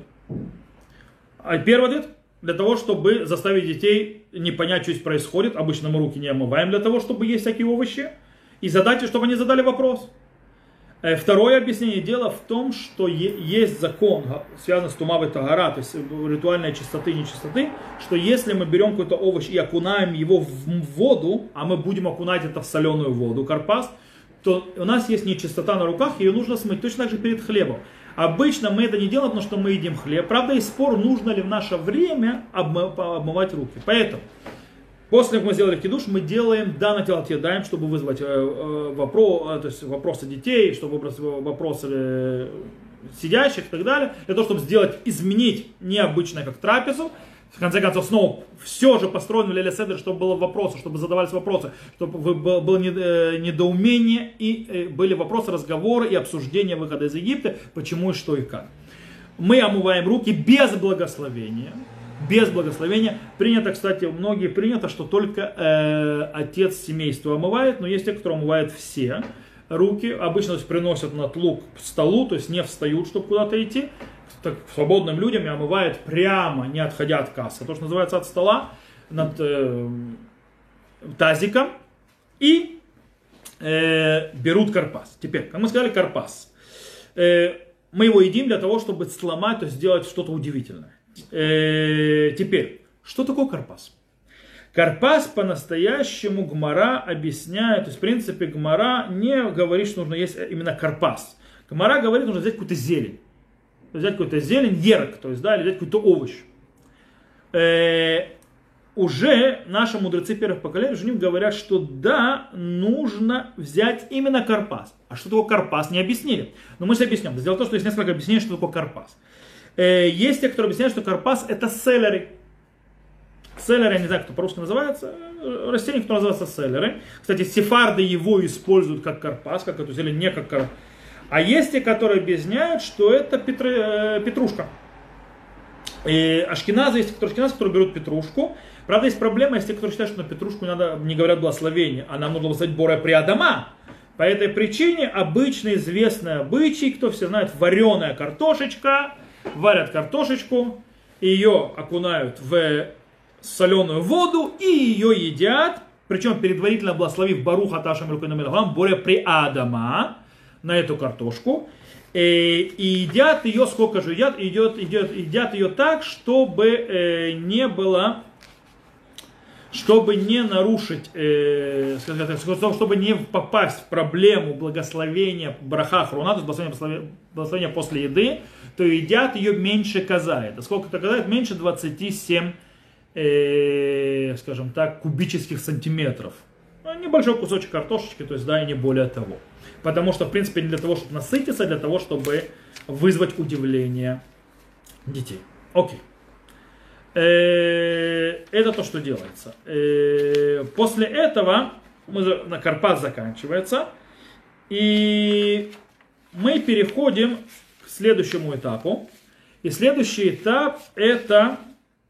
А первый ответ, для того, чтобы заставить детей не понять, что здесь происходит. Обычно мы руки не омываем для того, чтобы есть всякие овощи. И задать, чтобы они задали вопрос. Второе объяснение. Дело в том, что есть закон, связанный с тумавой тагара, то есть ритуальной чистоты и нечистоты, что если мы берем какой-то овощ и окунаем его в воду, а мы будем окунать это в соленую воду, карпас, то у нас есть нечистота на руках, ее нужно смыть, точно так же перед хлебом. Обычно мы это не делаем, потому что мы едим хлеб. Правда, есть спор, нужно ли в наше время обмывать руки. Поэтому, после того, как мы сделали кидуш, мы делаем да на тело отъедаем, чтобы вызвать вопрос, то есть вопросы детей, чтобы вызвать вопросы сидящих и так далее. Для того, чтобы сделать, изменить необычное как трапезу. В конце концов, снова все же построено в Лиля Седер, чтобы было вопросы, чтобы задавались вопросы, чтобы было недоумение и были вопросы, разговоры и обсуждения выхода из Египта, почему и что и как. Мы омываем руки без благословения. Без благословения. Принято, кстати, многие принято, что только э, отец семейства омывает, но есть те, кто омывает все руки. Обычно то есть, приносят на тлук к столу, то есть не встают, чтобы куда-то идти. Так, свободным людям и омывают прямо, не отходя от кассы. То, что называется от стола, над э, тазиком. И э, берут карпас. Теперь, как мы сказали, карпас. Э, мы его едим для того, чтобы сломать, то есть сделать что-то удивительное. Э, теперь, что такое карпас? Карпас по-настоящему Гмара объясняет, то есть в принципе Гмара не говорит, что нужно есть именно карпас. Гмара говорит, нужно взять какую-то зелень. Взять какую-то зелень, ерк, то есть, да, или взять какой-то овощ. Э, уже наши мудрецы первых поколений уже им говорят, что да, нужно взять именно карпас. А что такое карпас, не объяснили. Но мы сейчас объясним. Дело в том, что есть несколько объяснений, что такое карпас. Э, есть те, которые объясняют, что карпас это селери. Селери, я не знаю, кто по-русски называется, растение, которое называется селери. Кстати, сефарды его используют как карпас, как эту зелень, не как карпас. А есть те, которые объясняют, что это петр, э, петрушка. И ашкеназы, есть ашкеназы, которые берут петрушку. Правда, есть проблема, есть те, которые считают, что на петрушку не надо, не говорят благословение, а нам нужно сказать боре приадама. По этой причине обычно известный обычай, кто все знает, вареная картошечка, варят картошечку, ее окунают в соленую воду и ее едят, причем предварительно благословив барух аташам рукой боре приадама на эту картошку, и, и едят ее, сколько же едят, идет, идет, едят ее так, чтобы э, не было, чтобы не нарушить, э, чтобы не попасть в проблему благословения браха хруна, то есть благословения, благословения после еды, то едят ее меньше коза. Это сколько это коза? Меньше двадцати семи, э, скажем так, кубических сантиметров. Небольшой кусочек картошечки, то есть да, и не более того. Потому что, в принципе, не для того, чтобы насытиться, а для того, чтобы вызвать удивление детей. Окей. Это то, что делается. После этого на карпас заканчивается. И мы переходим к следующему этапу. И следующий этап это...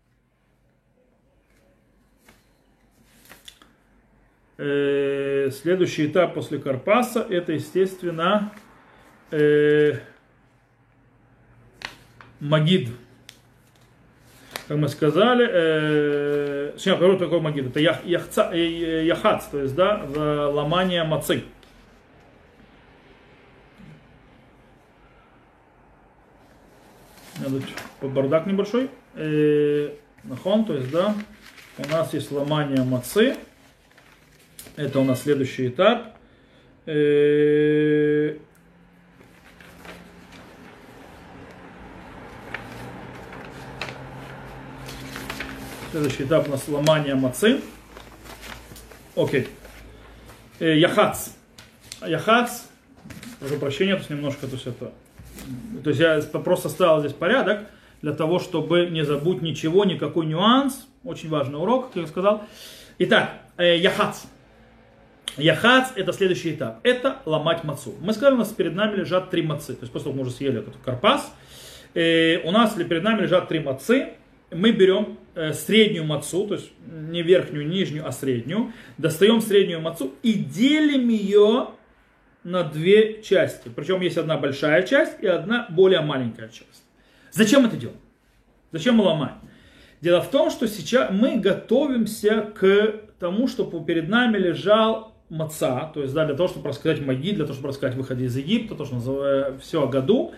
Следующий этап после карпаса это, естественно, э, магид. Как мы сказали, э, сейчас говорю, такой магид. Это ях, яхца, э, яхац, то есть, да, ломание мацы. Бардак небольшой. Э, нахон, то есть, да, у нас есть ломание мацы. Это у нас следующий этап. Э, Следующий этап у нас ломание мацы. Окей. Э, яхац. Яхац. Прошу прощения, то есть немножко, то есть это... То есть я просто ставил здесь порядок, для того, чтобы не забыть ничего, никакой нюанс. Очень важный урок, как я сказал. Итак, э, яхац. Яхац — это следующий этап. Это ломать мацу. Мы сказали, у нас перед нами лежат три мацы. То есть после того, как мы уже съели этот карпас, э, у нас перед нами лежат три мацы. Мы берем э, среднюю мацу, то есть не верхнюю, нижнюю, а среднюю. Достаем среднюю мацу и делим ее на две части. Причем есть одна большая часть и одна более маленькая часть. Зачем это делаем? Зачем мы ломаем? Дело в том, что сейчас мы готовимся к тому, чтобы перед нами лежал маца, то есть да, для того, чтобы рассказать магид, для того, чтобы рассказать выходе из Египта, то, что называется все о году.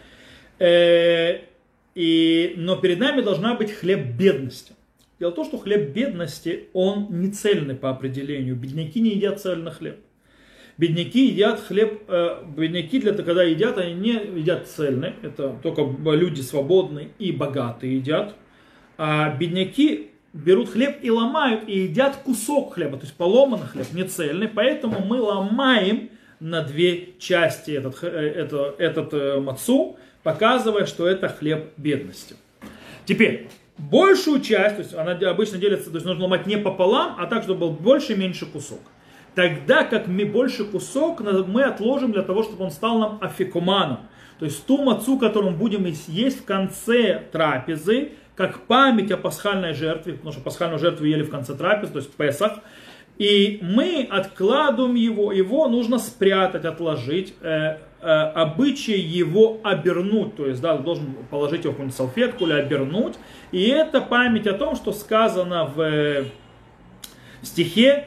Э, и, но перед нами должна быть хлеб бедности. Дело в том, что хлеб бедности, он не цельный по определению. Бедняки не едят цельный хлеб. Бедняки едят хлеб, э, бедняки, для, когда едят, они не едят цельный. Это только люди свободные и богатые едят. А бедняки берут хлеб и ломают, и едят кусок хлеба, то есть поломанный хлеб, не цельный. Поэтому мы ломаем на две части этот, это, этот э, мацу, показывая, что это хлеб бедности. Теперь, большую часть, то есть она обычно делится, то есть нужно ломать не пополам, а так, чтобы был больше и меньше кусок. Тогда как мы больше кусок мы отложим для того, чтобы он стал нам афикуманом. То есть ту мацу, которую мы будем есть в конце трапезы, как память о пасхальной жертве, потому что пасхальную жертву ели в конце трапезы, то есть в Песах. И мы откладываем его, его нужно спрятать, отложить, э, э, обычай его обернуть, то есть да, должен положить его в какую-нибудь салфетку или обернуть. И это память о том, что сказано в, э, в стихе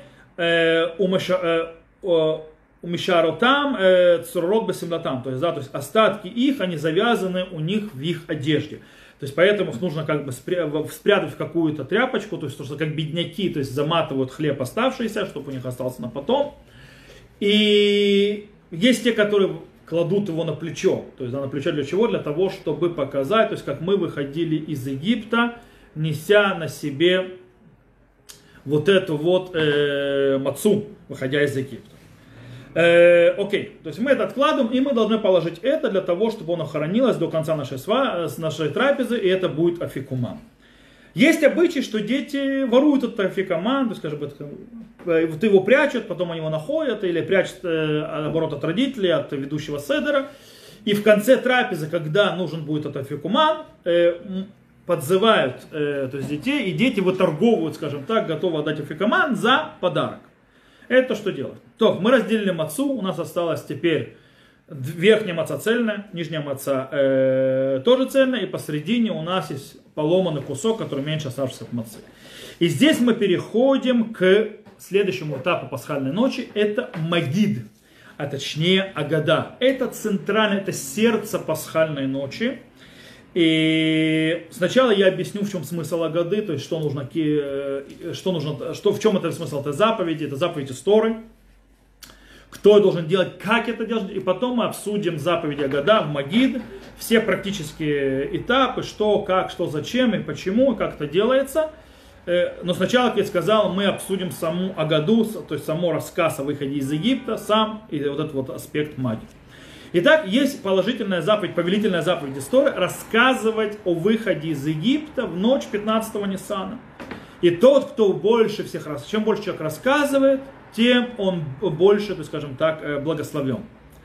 умешаротам цуррот басимлатам, то есть, да, то есть остатки их, они завязаны у них в их одежде. То есть поэтому их нужно как бы спрятать в какую-то тряпочку, то есть то, что как бедняки, то есть заматывают хлеб оставшийся, чтобы у них остался на потом. И есть те, которые кладут его на плечо. То есть да, на плечо для чего? Для того, чтобы показать, то есть как мы выходили из Египта, неся на себе вот эту вот э, мацу, выходя из Египта. Э, окей, то есть мы это откладываем, и мы должны положить это для того, чтобы оно хранилось до конца нашей, сва, нашей трапезы, и это будет афикуман. Есть обычай, что дети воруют этот афикуман, то есть, скажем, вот его прячут, потом они его находят, или прячут, э, наоборот, от родителей, от ведущего седера, и в конце трапезы, когда нужен будет этот афикуман, э, подзывают э, то есть детей, и дети выторговывают, скажем так, готовы отдать афикуман за подарок. Это что делать? То, мы разделили мацу, у нас осталось теперь верхняя маца цельная, нижняя маца э, тоже цельная, и посередине у нас есть поломанный кусок, который меньше оставшийся от мацы. И здесь мы переходим к следующему этапу пасхальной ночи, это магид, а точнее агада. Это центральное, это сердце пасхальной ночи. И сначала я объясню, в чем смысл агады, то есть что нужно, что нужно, что, в чем это смысл этой заповеди, это заповедь из Торы, кто должен делать, как это делать, и потом мы обсудим заповеди агада в магид, все практические этапы, что, как, что, зачем и почему, и как это делается. Но сначала, как я сказал, мы обсудим саму агаду, то есть само рассказ о выходе из Египта, сам и вот этот вот аспект магии. Итак, есть положительная заповедь, повелительная заповедь истории рассказывать о выходе из Египта в ночь пятнадцатого Ниссана. И тот, кто больше всех раз, чем больше человек рассказывает, тем он больше, то есть, скажем так, благословен.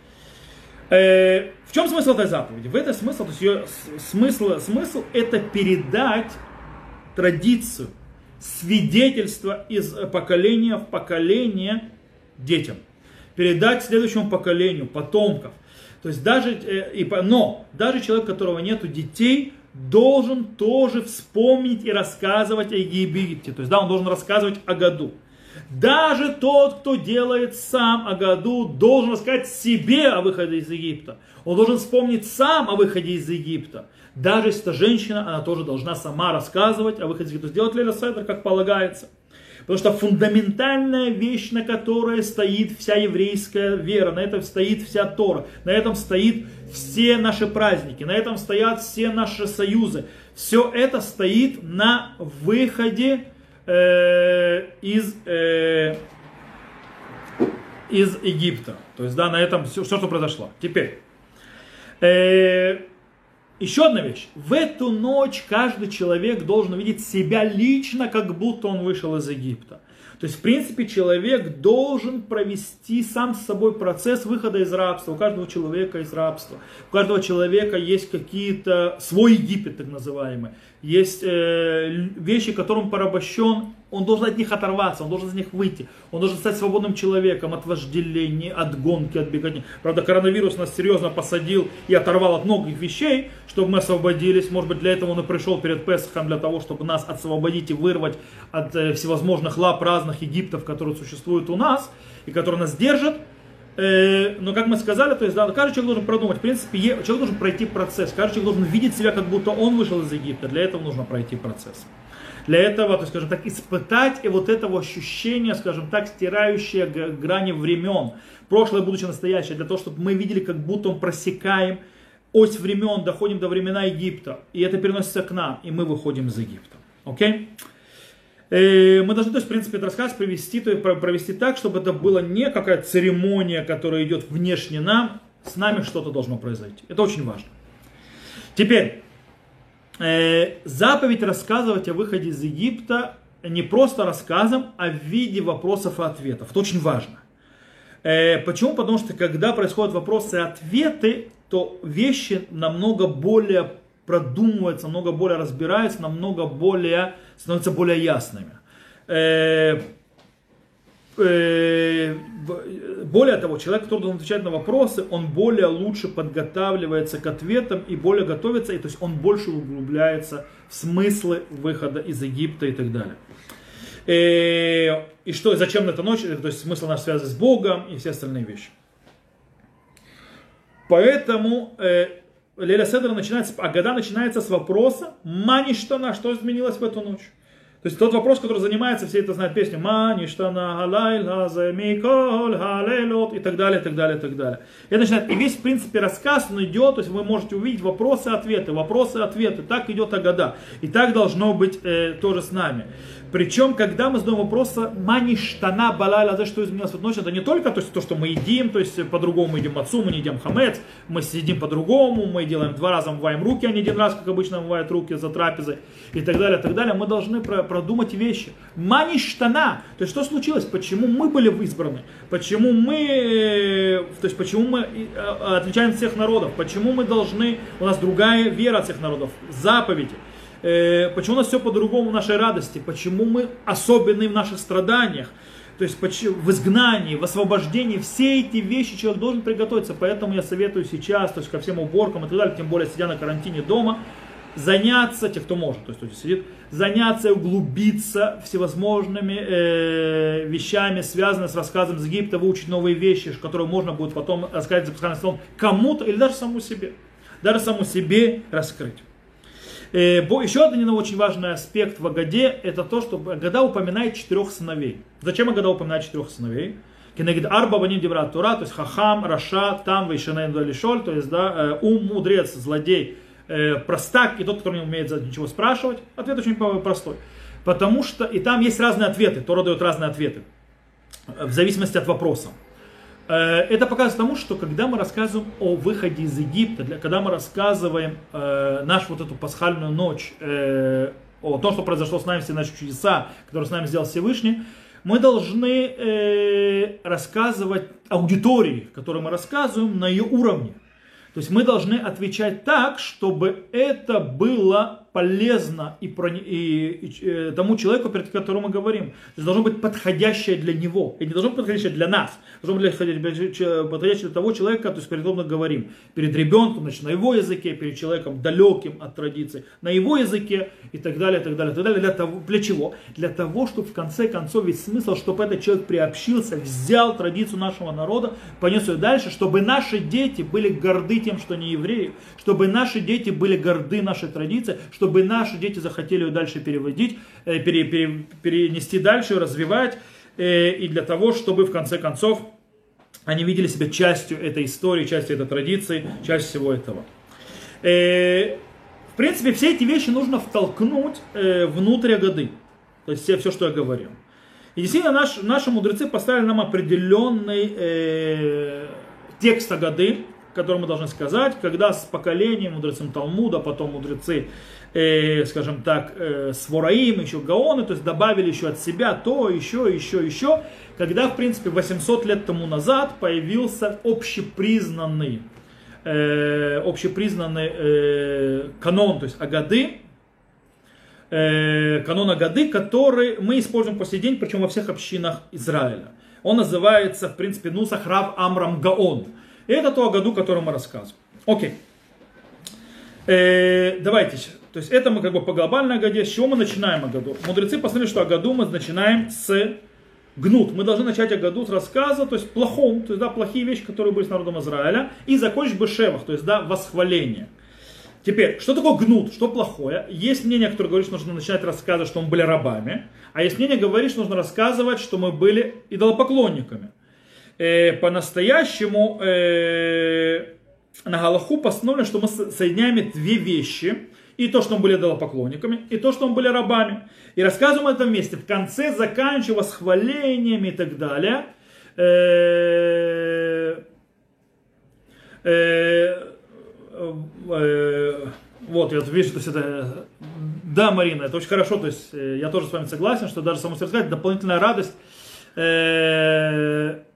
В чем смысл этой заповеди? В этом смысл, то есть ее смысл, смысл это передать традицию, свидетельство из поколения в поколение детям. Передать следующему поколению, потомков. То есть даже, но даже человек, у которого нет детей, должен тоже вспомнить и рассказывать о Египте. То есть, да, он должен рассказывать о году. Даже тот, кто делает сам о году, должен рассказать себе о выходе из Египта. Он должен вспомнить сам о выходе из Египта. Даже если это женщина, она тоже должна сама рассказывать о выходе из Египта. Сделать Лейла Седер, как полагается. Потому что фундаментальная вещь, на которой стоит вся еврейская вера, на этом стоит вся Тора, на этом стоит все наши праздники, на этом стоят все наши союзы. Все это стоит на выходе э, из, э, из Египта. То есть, да, на этом все, все что произошло. Теперь, э, еще одна вещь. В эту ночь каждый человек должен увидеть себя лично, как будто он вышел из Египта. То есть, в принципе, человек должен провести сам с собой процесс выхода из рабства. У каждого человека из рабства. У каждого человека есть какие-то свой Египет, так называемый. Есть э, вещи, которым порабощен. Он должен от них оторваться, он должен из них выйти. Он должен стать свободным человеком от вожделения, от гонки, от беготни. Правда, коронавирус нас серьезно посадил и оторвал от многих вещей, чтобы мы освободились. Может быть, для этого он и пришел перед Песхом, для того, чтобы нас освободить и вырвать от э, всевозможных лап разных Египтов, которые существуют у нас и которые нас держат. Э, но, как мы сказали, то есть, да, каждый человек должен продумать. В принципе, человек должен пройти процесс. Каждый человек должен видеть себя, как будто он вышел из Египта. Для этого нужно пройти процесс. Для этого, то есть, скажем так, испытать и вот этого ощущения, скажем так, стирающее грани времен, прошлое, будущее, настоящее, для того, чтобы мы видели, как будто мы просекаем ось времен, доходим до времена Египта, и это переносится к нам, и мы выходим из Египта. Окей? Okay? Мы должны, то есть, в принципе, этот рассказ провести, то есть, провести так, чтобы это была не какая-то церемония, которая идет внешне нам, с нами что-то должно произойти. Это очень важно. Теперь, заповедь рассказывать о выходе из Египта не просто рассказом, а в виде вопросов и ответов. Это очень важно. Почему? Потому что когда происходят вопросы и ответы, то вещи намного более продумываются, намного более разбираются, намного более становятся более ясными. Более того, человек, который должен отвечать на вопросы, он более лучше подготавливается к ответам и более готовится, и то есть он больше углубляется в смыслы выхода из Египта и так далее. И, и что, зачем на эту ночь, то есть смысл наш связан с Богом и все остальные вещи. Поэтому э, Лейла Седер начинается, Агада начинается с вопроса «Маништана», что изменилось в эту ночь? То есть тот вопрос, который занимается, все это знают песню «Маништана халайль хаземиколь халейлот» и так далее, и так далее, и так далее. И, начинает, и весь, в принципе, рассказ, он идет, то есть вы можете увидеть вопросы-ответы, вопросы-ответы, так идет Агада. И так должно быть э, тоже с нами. Причем, когда мы задаем вопрос «Маништана балайла», что изменилось в эту ночь, это не только то, есть, то, что мы едим, то есть по-другому мы едим мацу, мы не едим хамец, мы сидим по-другому, мы делаем два раза, мываем руки, а не один раз, как обычно мывают руки за трапезой и так далее, и так далее. Мы должны продумать вещи. Маништана, то есть что случилось, почему мы были избраны, почему мы, то есть почему мы отличаемся от всех народов, почему мы должны, у нас другая вера от всех народов, заповеди. Почему у нас все по-другому в нашей радости, почему мы особенные в наших страданиях, то есть в изгнании, в освобождении, все эти вещи человек должен приготовиться. Поэтому я советую сейчас, то есть ко всем уборкам и так далее, тем более сидя на карантине дома, заняться, те, кто может, то есть кто сидит, заняться и углубиться всевозможными э, вещами, связанными с рассказом из Египта, выучить новые вещи, которые можно будет потом рассказать за пасхальным столом кому-то или даже самому себе, даже самому себе раскрыть. Еще один очень важный аспект в Агаде, это то, что Агада упоминает четырех сыновей. Зачем Агада упоминает четырех сыновей? Кенегид арба баним дибрат Тора, то есть хахам, раша, там, вейшанен далишоль, то есть да, ум, мудрец, злодей, простак и тот, который не умеет ничего спрашивать. Ответ очень простой. Потому что и там есть разные ответы, Тора дает разные ответы, в зависимости от вопроса. Это показывает тому, что когда мы рассказываем о выходе из Египта, когда мы рассказываем э, нашу вот эту пасхальную ночь, э, о том, что произошло с нами, все наши чудеса, которые с нами сделал Всевышний, мы должны э, рассказывать аудитории, которой мы рассказываем, на ее уровне. То есть мы должны отвечать так, чтобы это было полезно и, про, и, и, и тому человеку, перед которым мы говорим. То есть должно быть подходящее для него. И не должно быть подходящее для нас. Должно быть подходящее для того человека, то есть перед которым мы говорим. Перед ребенком, значит, на его языке, перед человеком далеким от традиций, на его языке и так далее, и так далее, и так далее. Для, того, для чего? Для того, чтобы в конце концов весь смысл, чтобы этот человек приобщился, взял традицию нашего народа, понес ее дальше, чтобы наши дети были горды тем, что они евреи, чтобы наши дети были горды нашей традиции, чтобы наши дети захотели ее дальше переводить, пере, пере, перенести дальше, развивать, и для того, чтобы в конце концов они видели себя частью этой истории, частью этой традиции, частью всего этого. В принципе, все эти вещи нужно втолкнуть внутрь Агады, то есть все, все что я говорил. И действительно, наш, наши мудрецы поставили нам определенный э, текст Агады, который мы должны сказать, когда с поколением мудрецам Талмуда, потом мудрецы, э, скажем так, э, Свораим, еще Гаоны, то есть добавили еще от себя то, еще, еще, еще, когда, в принципе, восемьсот лет тому назад появился общепризнанный, э, общепризнанный э, канон, то есть Агады, канон Агады, который мы используем по сей день, причем во всех общинах Израиля. Он называется, в принципе, Нусах Рав Амрам Гаон. И это то Агаду, которое мы рассказываем. Окей. Э, давайте. То есть это мы как бы по глобальной Агаде. С чего мы начинаем Агаду? Мудрецы посмотрели, что Агаду мы начинаем с гнут. Мы должны начать Агаду с рассказа, то есть плохом, то есть да, плохие вещи, которые были с народом Израиля, и закончить бешевах, то есть да, восхваление. Теперь, что такое гнут, что плохое? Есть мнение, которое говорит, что нужно начинать рассказывать, что мы были рабами. А есть мнение, говорит, что нужно рассказывать, что мы были идолопоклонниками. Э, по-настоящему э, на Галаху постановлено, что мы соединяем две вещи. И то, что мы были идолопоклонниками, и то, что мы были рабами. И рассказываем это вместе. В конце заканчивая восхвалениями и так далее. Э, э, Вот, я вижу, то есть это, да, Марина, это очень хорошо, то есть я тоже с вами согласен, что даже само себе сказать, дополнительная радость, э,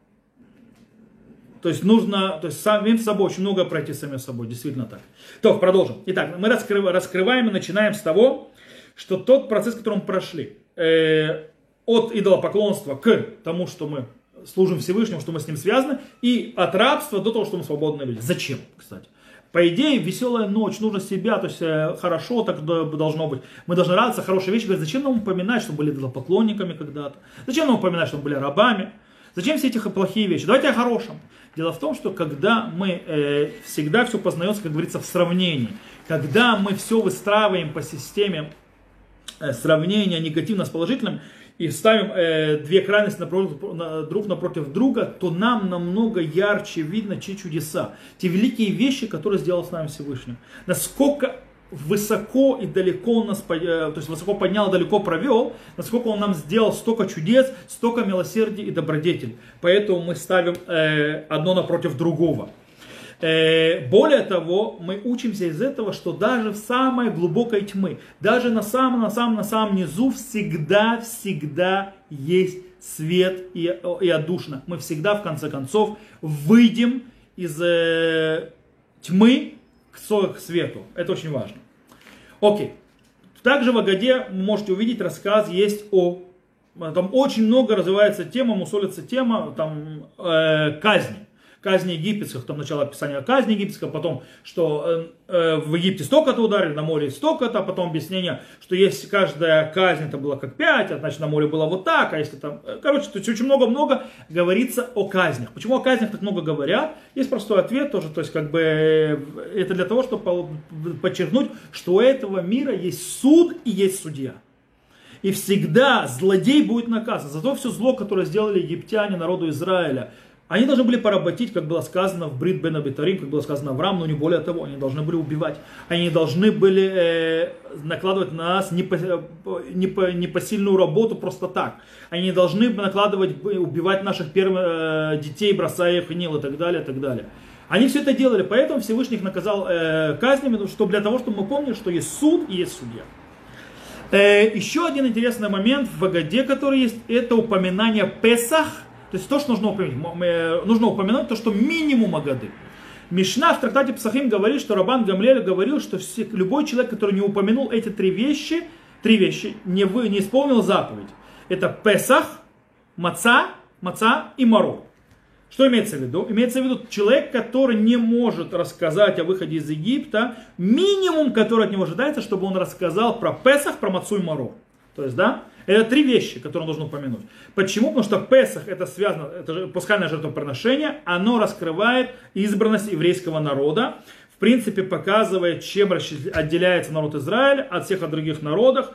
то есть нужно, то есть самим собой очень много пройти самим собой, действительно так. То, продолжим. Итак, мы раскрываем, раскрываем и начинаем с того, что тот процесс, который мы прошли, э, от идолопоклонства к тому, что мы служим Всевышнему, что мы с ним связаны, и от рабства до того, что мы свободные люди. Зачем, кстати? По идее, веселая ночь, нужно себя, то есть хорошо так должно быть. Мы должны радоваться, хорошие вещи. Говорят, зачем нам упоминать, что мы были идолопоклонниками когда-то? Зачем нам упоминать, что мы были рабами? Зачем все эти плохие вещи? Давайте о хорошем. Дело в том, что когда мы э, всегда все познается, как говорится, в сравнении. Когда мы все выстраиваем по системе э, сравнения негативно с положительным, и ставим э, две крайности напротив, на, друг напротив друга, то нам намного ярче видно те чудеса, те великие вещи, которые сделал с нами Всевышний. Насколько высоко и далеко он нас, э, то есть высоко поднял, далеко провел, насколько он нам сделал столько чудес, столько милосердия и добродетелей. Поэтому мы ставим э, одно напротив другого. Более того, мы учимся из этого, что даже в самой глубокой тьмы, даже на самом, на самом, на самом низу всегда, всегда есть свет и, и отдушина. Мы всегда, в конце концов, выйдем из э, тьмы к, к свету. Это очень важно. Окей. Также в Агаде вы можете увидеть рассказ есть о... Там очень много развивается тема, мусолится тема там, э, казни. Казни египетских, там начало описания казни египетских, потом, что э, в Египте столько-то ударили, на море столько-то, потом объяснение, что если каждая казнь это было как пять, а значит на море было вот так, а если там... Короче, то есть очень много-много говорится о казнях. Почему о казнях так много говорят? Есть простой ответ тоже, то есть как бы это для того, чтобы подчеркнуть, что у этого мира есть суд и есть судья. И всегда злодей будет наказан за то все зло, которое сделали египтяне народу Израиля. Они должны были поработить, как было сказано в Брит бен Абитарим, как было сказано Авраам, но не более того, они должны были убивать. Они должны были э, накладывать на нас непосильную работу просто так. Они не должны накладывать, убивать наших первых э, детей, бросая их в Нил и так далее, и так далее. Они все это делали, поэтому Всевышний их наказал э, казнями, чтобы для того, чтобы мы помнили, что есть суд и есть судья. Э, еще один интересный момент в Агаде, который есть, это упоминание Песах. То есть то, что нужно упомянуть, нужно упомянуть то, что минимум Агады. Мишна в трактате Псахим говорит, что Рабан Гамлиэль говорил, что все, любой человек, который не упомянул эти три вещи, три вещи, не, вы, не исполнил заповедь. Это Песах, Маца, Маца и Марор. Что имеется в виду? Имеется в виду человек, который не может рассказать о выходе из Египта, минимум, который от него ожидается, чтобы он рассказал про Песах, про Мацу и Марор. То есть, да, это три вещи, которые он должен упомянуть. Почему? Потому что Песах это связано, это же пасхальное жертвоприношение, оно раскрывает избранность еврейского народа, в принципе показывает, чем отделяется народ Израиля от всех других народов,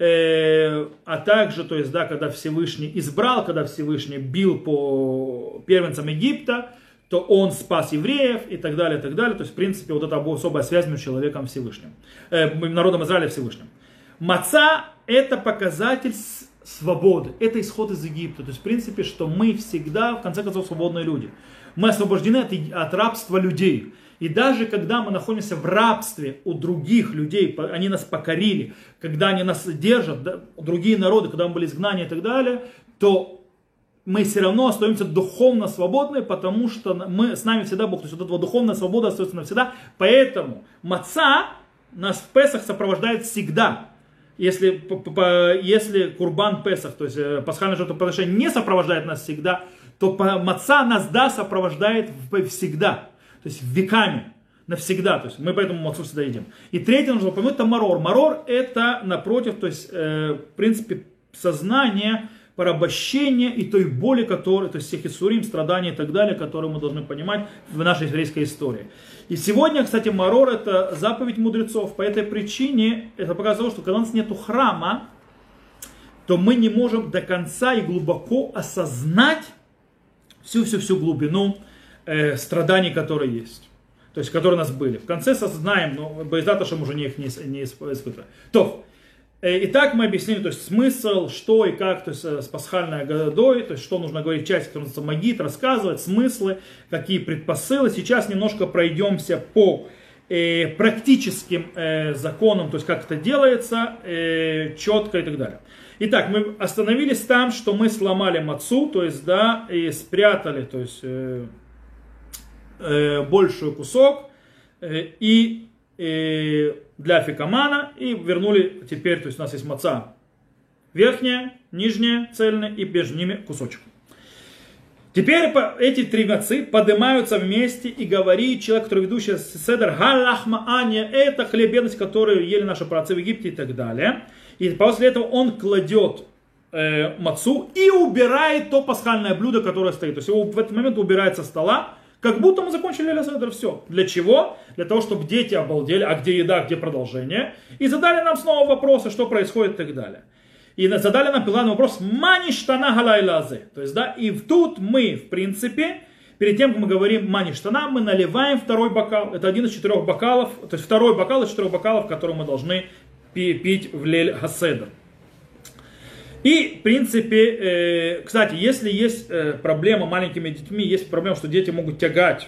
э, а также, то есть, да, когда Всевышний избрал, когда Всевышний бил по первенцам Египта, то он спас евреев и так далее, и так далее. То есть, в принципе, вот эта особая связь между человеком и Всевышним, э, народом Израиля и Всевышним. Маца – это показатель свободы, это исход из Египта. То есть, в принципе, что мы всегда, в конце концов, свободные люди. Мы освобождены от, от рабства людей. И даже когда мы находимся в рабстве у других людей, они нас покорили, когда они нас держат, да, другие народы, когда мы были изгнаны и так далее, то мы все равно остаемся духовно свободны, потому что мы, с нами всегда Бог. То есть, вот эта духовная свобода остается навсегда. Поэтому маца нас в Песах сопровождает всегда. Если, если Курбан Песах, то есть пасхальное жертвоприношение, не сопровождает нас всегда, то маца нас, да, сопровождает всегда, то есть веками, навсегда. То есть мы поэтому мацу всегда едим. И третье нужно упомянуть, это марор. Марор это напротив, то есть э, в принципе сознание порабощения и той боли, которая, то есть всех иссурим, страданий и так далее, которые мы должны понимать в нашей еврейской истории. И сегодня, кстати, марор это заповедь мудрецов. По этой причине это показывает, что когда у нас нет храма, то мы не можем до конца и глубоко осознать всю-всю-всю глубину э, страданий, которые есть. То есть, которые у нас были. В конце осознаем, но боязато, что мы уже не их не, не испытываем. То, итак, мы объяснили, то есть смысл, что и как, то есть с пасхальной годой, то есть что нужно говорить в части, которая называется Магит, рассказывать, смыслы, какие предпосылы. Сейчас немножко пройдемся по э, практическим э, законам, то есть как это делается, э, четко и так далее. Итак, мы остановились там, что мы сломали мацу, то есть, да, и спрятали, то есть, э, э, большой кусок, э, и э, для фикамана, и вернули теперь, то есть у нас есть маца верхняя, нижняя, цельная, и между ними кусочек. Теперь эти три мацы поднимаются вместе и говорит человек, который ведущий седер, галахма аня, это хлеб бедности, который ели наши праотцы в Египте и так далее. И после этого он кладет э, мацу и убирает то пасхальное блюдо, которое стоит. То есть его в этот момент убирает со стола, как будто мы закончили Лейла Седер. Все. Для чего? Для того, чтобы дети обалдели, а где еда, где продолжение. И задали нам снова вопросы, что происходит и так далее. И задали нам главный вопрос, мани штана галайлазе. То есть, да, и тут мы, в принципе, перед тем, как мы говорим мани штана, мы наливаем второй бокал. Это один из четырех бокалов, то есть второй бокал из четырех бокалов, которые мы должны пить в Лейль ха-Седер. И, в принципе, э, кстати, если есть э, проблема маленькими детьми, есть проблема, что дети могут тягать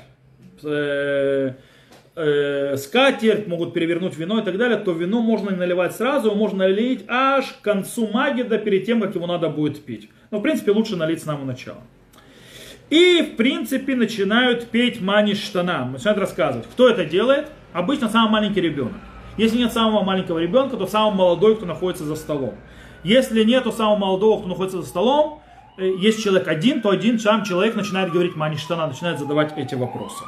э, э, скатерть, могут перевернуть вино и так далее, то вино можно не наливать сразу, можно налить аж к концу магида, перед тем, как его надо будет пить. Но, в принципе, лучше налить с самого начала. И, в принципе, начинают петь мани штана. Начинают рассказывать. Кто это делает? Обычно самый маленький ребенок. Если нет самого маленького ребенка, то самый молодой, кто находится за столом. Если нет самого молодого, кто находится за столом, есть человек один, то один сам человек начинает говорить мани штана, начинает задавать эти вопросы.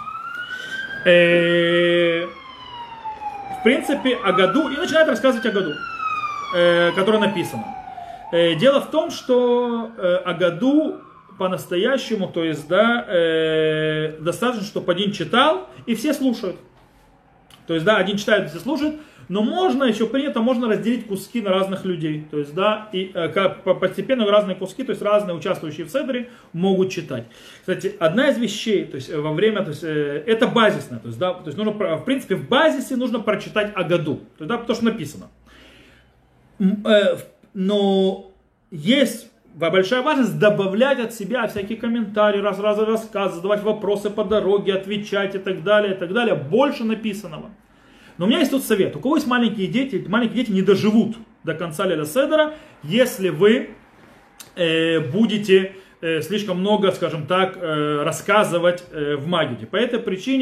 В принципе, о году, и начинает рассказывать о году, которое написано. Дело в том, что о году по-настоящему, то есть, да, достаточно, чтобы один читал, и все слушают. То есть, да, один читает, все слушают, но можно, еще принято, можно разделить куски на разных людей. То есть, да, и э, постепенно разные куски, то есть разные участвующие в седере могут читать. Кстати, одна из вещей, то есть во время, то есть, э, это базисное, то есть, да, то есть нужно, в принципе, в базисе нужно прочитать о году, то есть, да, потому что написано. Э, но есть большая важность добавлять от себя всякие комментарии, раз, раз, рассказы, задавать вопросы по дороге, отвечать и так далее, и так далее. Больше написанного. Но у меня есть тут совет. У кого есть маленькие дети, маленькие дети не доживут до конца Лейла Седера, если вы э, будете э, слишком много, скажем так, э, рассказывать э, в магиде. По этой причине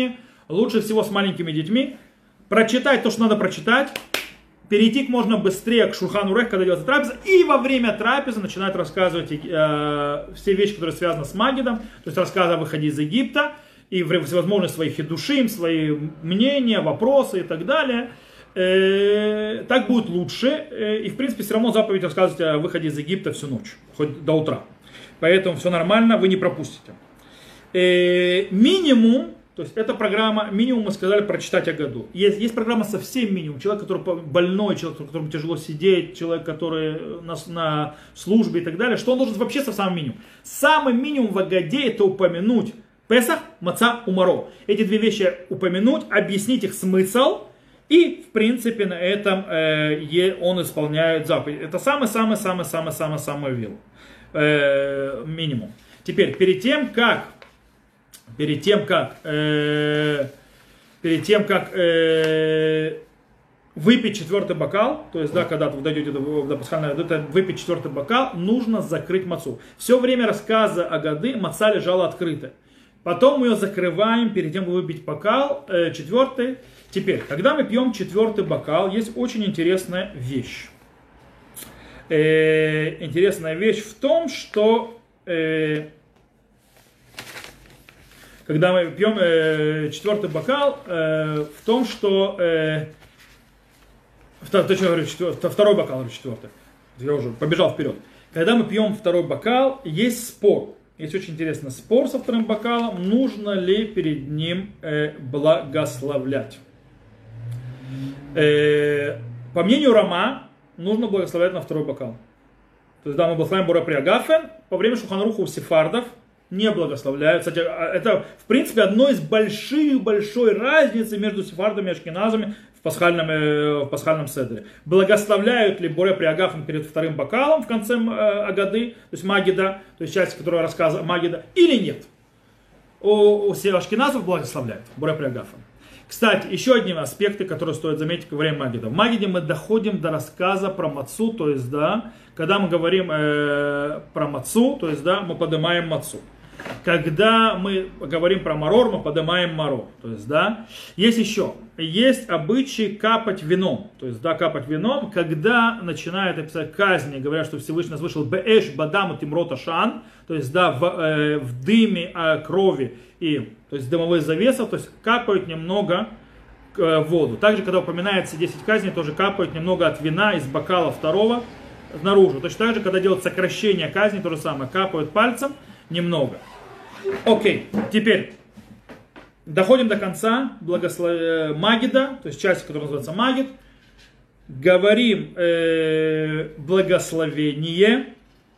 лучше всего с маленькими детьми, прочитать то, что надо прочитать, перейти к можно быстрее к Шулхан Арух, когда делается трапеза, и во время трапезы начинают рассказывать э, все вещи, которые связаны с Магидом, то есть рассказы о выходе из Египта, и всевозможные свои хидушим, свои мнения, вопросы и так далее. Э, так будет лучше, э, и в принципе все равно заповедь рассказывать о выходе из Египта всю ночь, хоть до утра. Поэтому все нормально, вы не пропустите. Э, минимум, то есть эта программа, минимум мы сказали прочитать о году. Есть, есть программа совсем минимум. Человек, который больной, человек, которому тяжело сидеть, человек, который на, на службе и так далее. Что он должен вообще со самым минимум? Самый минимум в Агаде это упомянуть Песах, Маца, Умаро. Эти две вещи упомянуть, объяснить их смысл. И, в принципе, на этом э, он исполняет заповедь. Это самый-самый-самый-самый-самый-самый вил. Э, минимум. Теперь, перед тем, как Перед тем, как, э, перед тем, как э, выпить четвертый бокал, то есть, да, когда вы дойдете до, до пасхального, выпить четвертый бокал, нужно закрыть мацу. Все время рассказа о годы маца лежала открытой. Потом мы ее закрываем перед тем, как выпить бокал э, четвертый. Теперь, когда мы пьем четвертый бокал, есть очень интересная вещь. Э, интересная вещь в том, что... Э, когда мы пьем э, четвертый бокал, э, в том, что... Э, втор, точнее, говорю, четвертый, второй бокал, говорю, четвертый. Я уже побежал вперед. Когда мы пьем второй бокал, есть спор. Есть очень интересный спор со вторым бокалом. Нужно ли перед ним э, благословлять? Э, по мнению Рама, нужно благословлять на второй бокал. То есть, да, мы благословляем Боре При Агафен. По времени Шулхан Аруха у сефардов не благословляют. Кстати, это, в принципе, одно из больших, большой разницы между сефардами и ашкеназами в пасхальном, э, в пасхальном седере. Благословляют ли Боре При Агафен перед вторым бокалом в конце э, Агады, то есть Магида, то есть часть, которая рассказывает Магида, или нет. У, у ашкеназов благословляют Боре При Агафен. Кстати, еще одни аспекты, которые стоит заметить во время Магида. В Магиде мы доходим до рассказа про мацу, то есть, да, когда мы говорим э, про мацу, то есть, да, мы поднимаем мацу. Когда мы говорим про марор, мы поднимаем маро. То есть, да, есть еще, есть обычай капать вином. То есть, да, капать вином, когда начинают описать казни, говорят, что Всевышний нас вышел беэш бадаму тимрота шан, то есть, да, в, э, в дыме э, крови и, то есть, дымовых завесов, то есть, капают немного э, воду. Также, когда упоминается десять казней, тоже капают немного от вина из бокала второго наружу. Точно так же, когда делают сокращение казни, то же самое, капают пальцем немного. Окей, теперь доходим до конца благослов... Магида, то есть часть, которая называется Магид. Говорим э, благословение.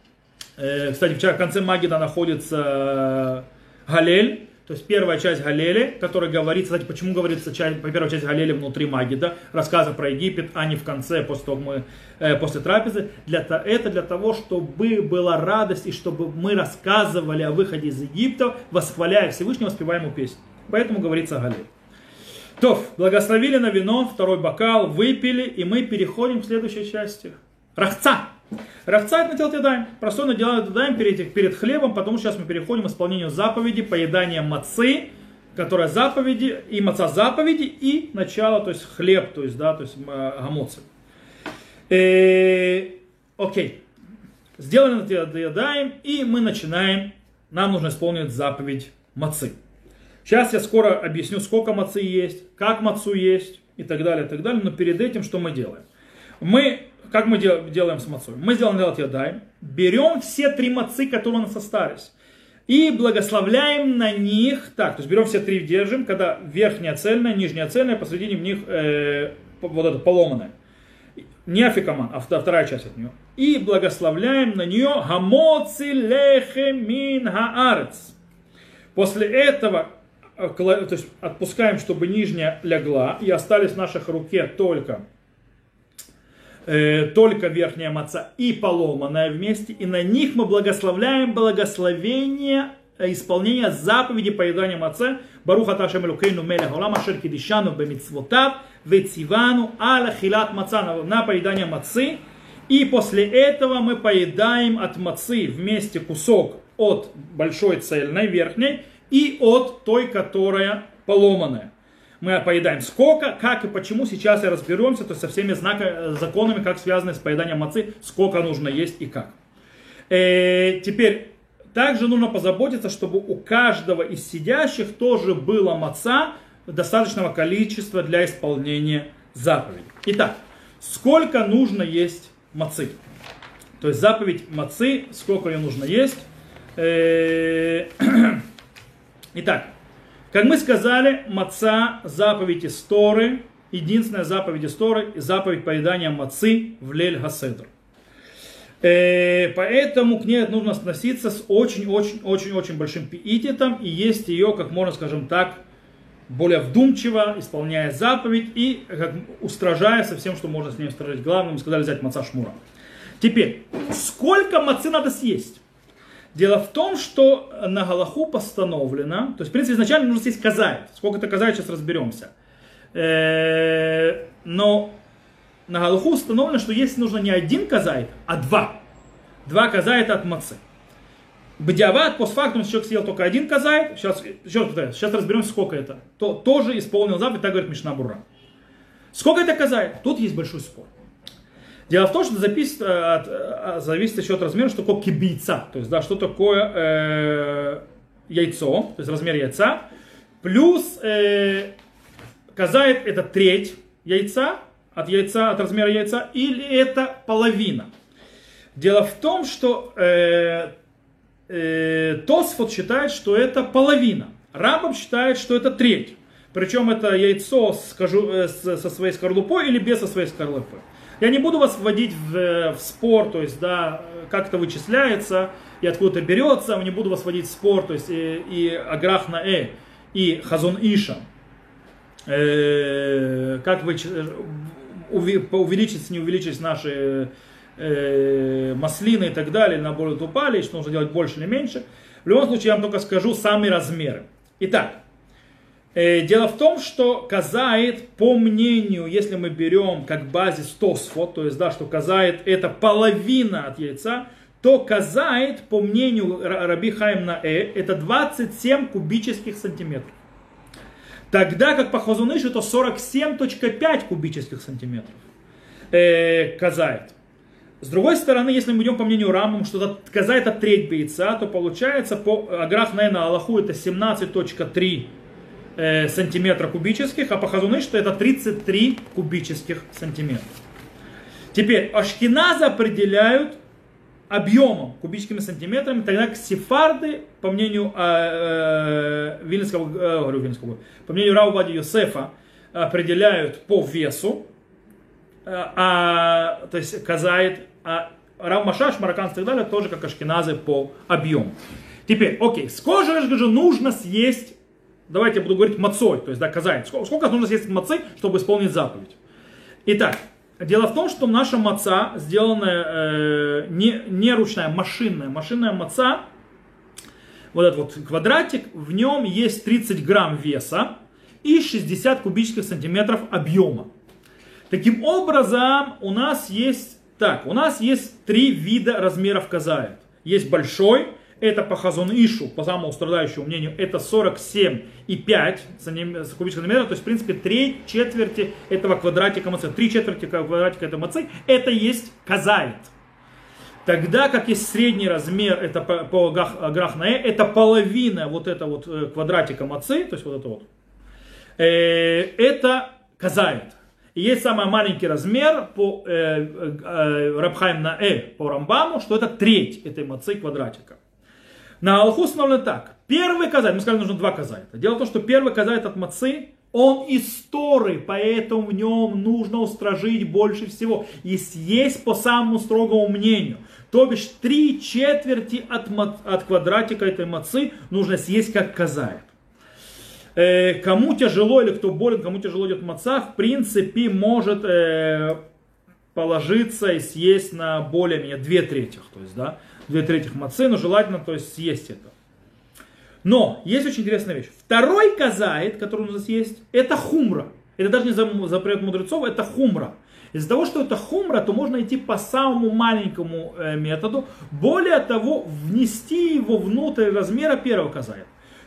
Э, кстати, в конце Магида находится Галель. То есть первая часть Галели, которая говорится, кстати, почему говорится часть, по первой части Галели внутри Магида, рассказы про Египет, а не в конце, после того, как мы, э, после трапезы. Для, это для того, чтобы была радость и чтобы мы рассказывали о выходе из Египта, восхваляя Всевышнего, воспеваем ему песню. Поэтому говорится Галель. То, благословили на вино, второй бокал, выпили, и мы переходим к следующей части. Рахца. Рахца это наделать ядаем. Простой наделать ядаем перед, перед хлебом, потому что сейчас мы переходим к исполнению заповеди, поедания мацы, которая заповеди, и маца заповеди, и начало, то есть хлеб, то есть, да, то есть гамоцы. Э, окей. Сделаем это ядаем, и мы начинаем, нам нужно исполнить заповедь мацы. Сейчас я скоро объясню, сколько мацы есть, как мацу есть, и так далее, и так далее, но перед этим что мы делаем? Мы Как мы делаем с мацой? Мы сделаем делать ядаем, берем все три мацы, которые у нас остались, и благословляем на них, так, то есть берем все три, держим, когда верхняя цельная, нижняя цельная, посредине в них э, вот это поломанное. Не афикаман, а вторая часть от нее. И благословляем на нее гамоци лехе мин хаарец. После этого то есть, отпускаем, чтобы нижняя легла, и остались в наших руке только только верхняя маца и поломанная вместе, и на них мы благословляем благословение исполнения заповеди поедания маце. Барух ата Ашем Элокейну мелех олам ашер кидишану бемицвотав вецивану аля хилат маца, на поедание мацы. И после этого мы поедаем от мацы вместе кусок от большой цельной верхней и от той, которая поломанная. мы поедаем сколько, как и почему, сейчас и разберемся, то есть со всеми знаками, законами, как связаны с поеданием мацы, сколько нужно есть и как. Э, теперь, также нужно позаботиться, чтобы у каждого из сидящих тоже было маца достаточного количества для исполнения заповедей. Итак, сколько нужно есть мацы? То есть заповедь мацы, сколько ее нужно есть. Итак, как мы сказали, маца, заповедь из Торы, единственная заповедь из Торы, заповедь поедания мацы в Лейль-ха-Седр. Поэтому к ней нужно относиться с очень-очень-очень-очень большим пиитетом и есть ее, как можно, скажем так, более вдумчиво, исполняя заповедь и как, устражая со всем, что можно с ней устражить. Главное, мы сказали взять маца шмура. Теперь, сколько мацы надо съесть? Дело в том, что на галаху постановлено, то есть, в принципе, изначально нужно съесть казаит. Сколько это казаит, сейчас разберемся. Но на галаху установлено, что если нужно не один казаит, а два. Два казаита от мацы. Бдиават, постфактум, если человек съел только один казаит, сейчас, еще раз, сейчас разберемся, сколько это. То тоже исполнил заповедь, так говорит Мишна Бура. Сколько это казаит? Тут есть большой спор. Дело в том, что записывает, от, зависит еще от размера, что такое кибийца. То есть, да, что такое э, яйцо, то есть размер яйца. Плюс э, казаит это треть яйца, от яйца, от размера яйца, или это половина. Дело в том, что э, э, Тосфот считает, что это половина. Рамбам считает, что это треть. Причем это яйцо скажу, э, с, со своей скорлупой или без со своей скорлупы. Я не буду вас вводить в, в спор, то есть, да, как это вычисляется и откуда это берется, не буду вас вводить в спор, то есть, и, и Аграх Наэ, и Хазон Иша, э, как вы, увеличить, не увеличить наши э, маслины и так далее, наоборот упали, что нужно делать больше или меньше. В любом случае, я вам только скажу самые размеры. Итак, дело в том, что казаит, по мнению, если мы берем как базис Тосфот, то есть, да, что казаит это половина от яйца, то казаит, по мнению Раби Хаим Наэ, это двадцать семь кубических сантиметров. Тогда как по Хазон Ишу это сорок семь целых пять кубических сантиметров. Э, казаит. С другой стороны, если мы идем по мнению Рамбам, что казаит это треть яйца, то получается по Аграх Наэ на Аллаху это семнадцать целых три сантиметра кубических, а по Хазон Ишу это тридцать три кубических сантиметра. Теперь ашкеназы определяют объемом, кубическими сантиметрами, тогда как сефарды, по мнению э, э, Вильнского, э, говорю, Вильнского, по мнению Рава Овадии Йосефа, определяют по весу, э, а, то есть казаит, а Рав Машаш, марокканцы и так далее, тоже как ашкеназы по объему. Теперь, окей, сколько же нужно съесть, давайте я буду говорить мацой, то есть, да, казаит, сколько, сколько нужно съесть мацы, чтобы исполнить заповедь. Итак, дело в том, что наша маца, сделанная э, не, не ручная, машинная, машинная маца, вот этот вот квадратик, в нем есть тридцать грамм веса и шестьдесят кубических сантиметров объема. Таким образом, у нас есть, так, у нас есть три вида размеров казаит. Есть большой, это по Хазон Ишу, по самому страдающему мнению, это сорок семь и пять кубических сантиметров, то есть, в принципе, треть четверти этого квадратика мацы, три четверти квадратика этого мацы, это есть казаит. Тогда как есть средний размер, это по, по Аграх Наэ, это половина вот этого вот квадратика мацы, то есть вот это вот, э, это казаит. И есть самый маленький размер по э, э, Раб Хаим Наэ, по Рамбаму, что это треть этой мацы квадратика. На Аллаху установлено так. Первый казаит, мы сказали, нужно два казаита. Дело в том, что первый казаит от мацы, он из Торы, поэтому в нем нужно устражить больше всего. И съесть по самому строгому мнению. То бишь три четверти от, от квадратика этой мацы нужно съесть как казаит. Э, кому тяжело или кто болен, кому тяжело идет маца, в принципе может э, положиться и съесть на более-менее две трети. То есть, да, две трети мацы, но желательно, то есть, съесть это. Но есть очень интересная вещь. Второй казаит, который нужно съесть, это хумра. Это даже не запрет мудрецов, это хумра. Из-за того, что это хумра, то можно идти по самому маленькому э, методу. Более того, внести его внутрь размера первого казаита.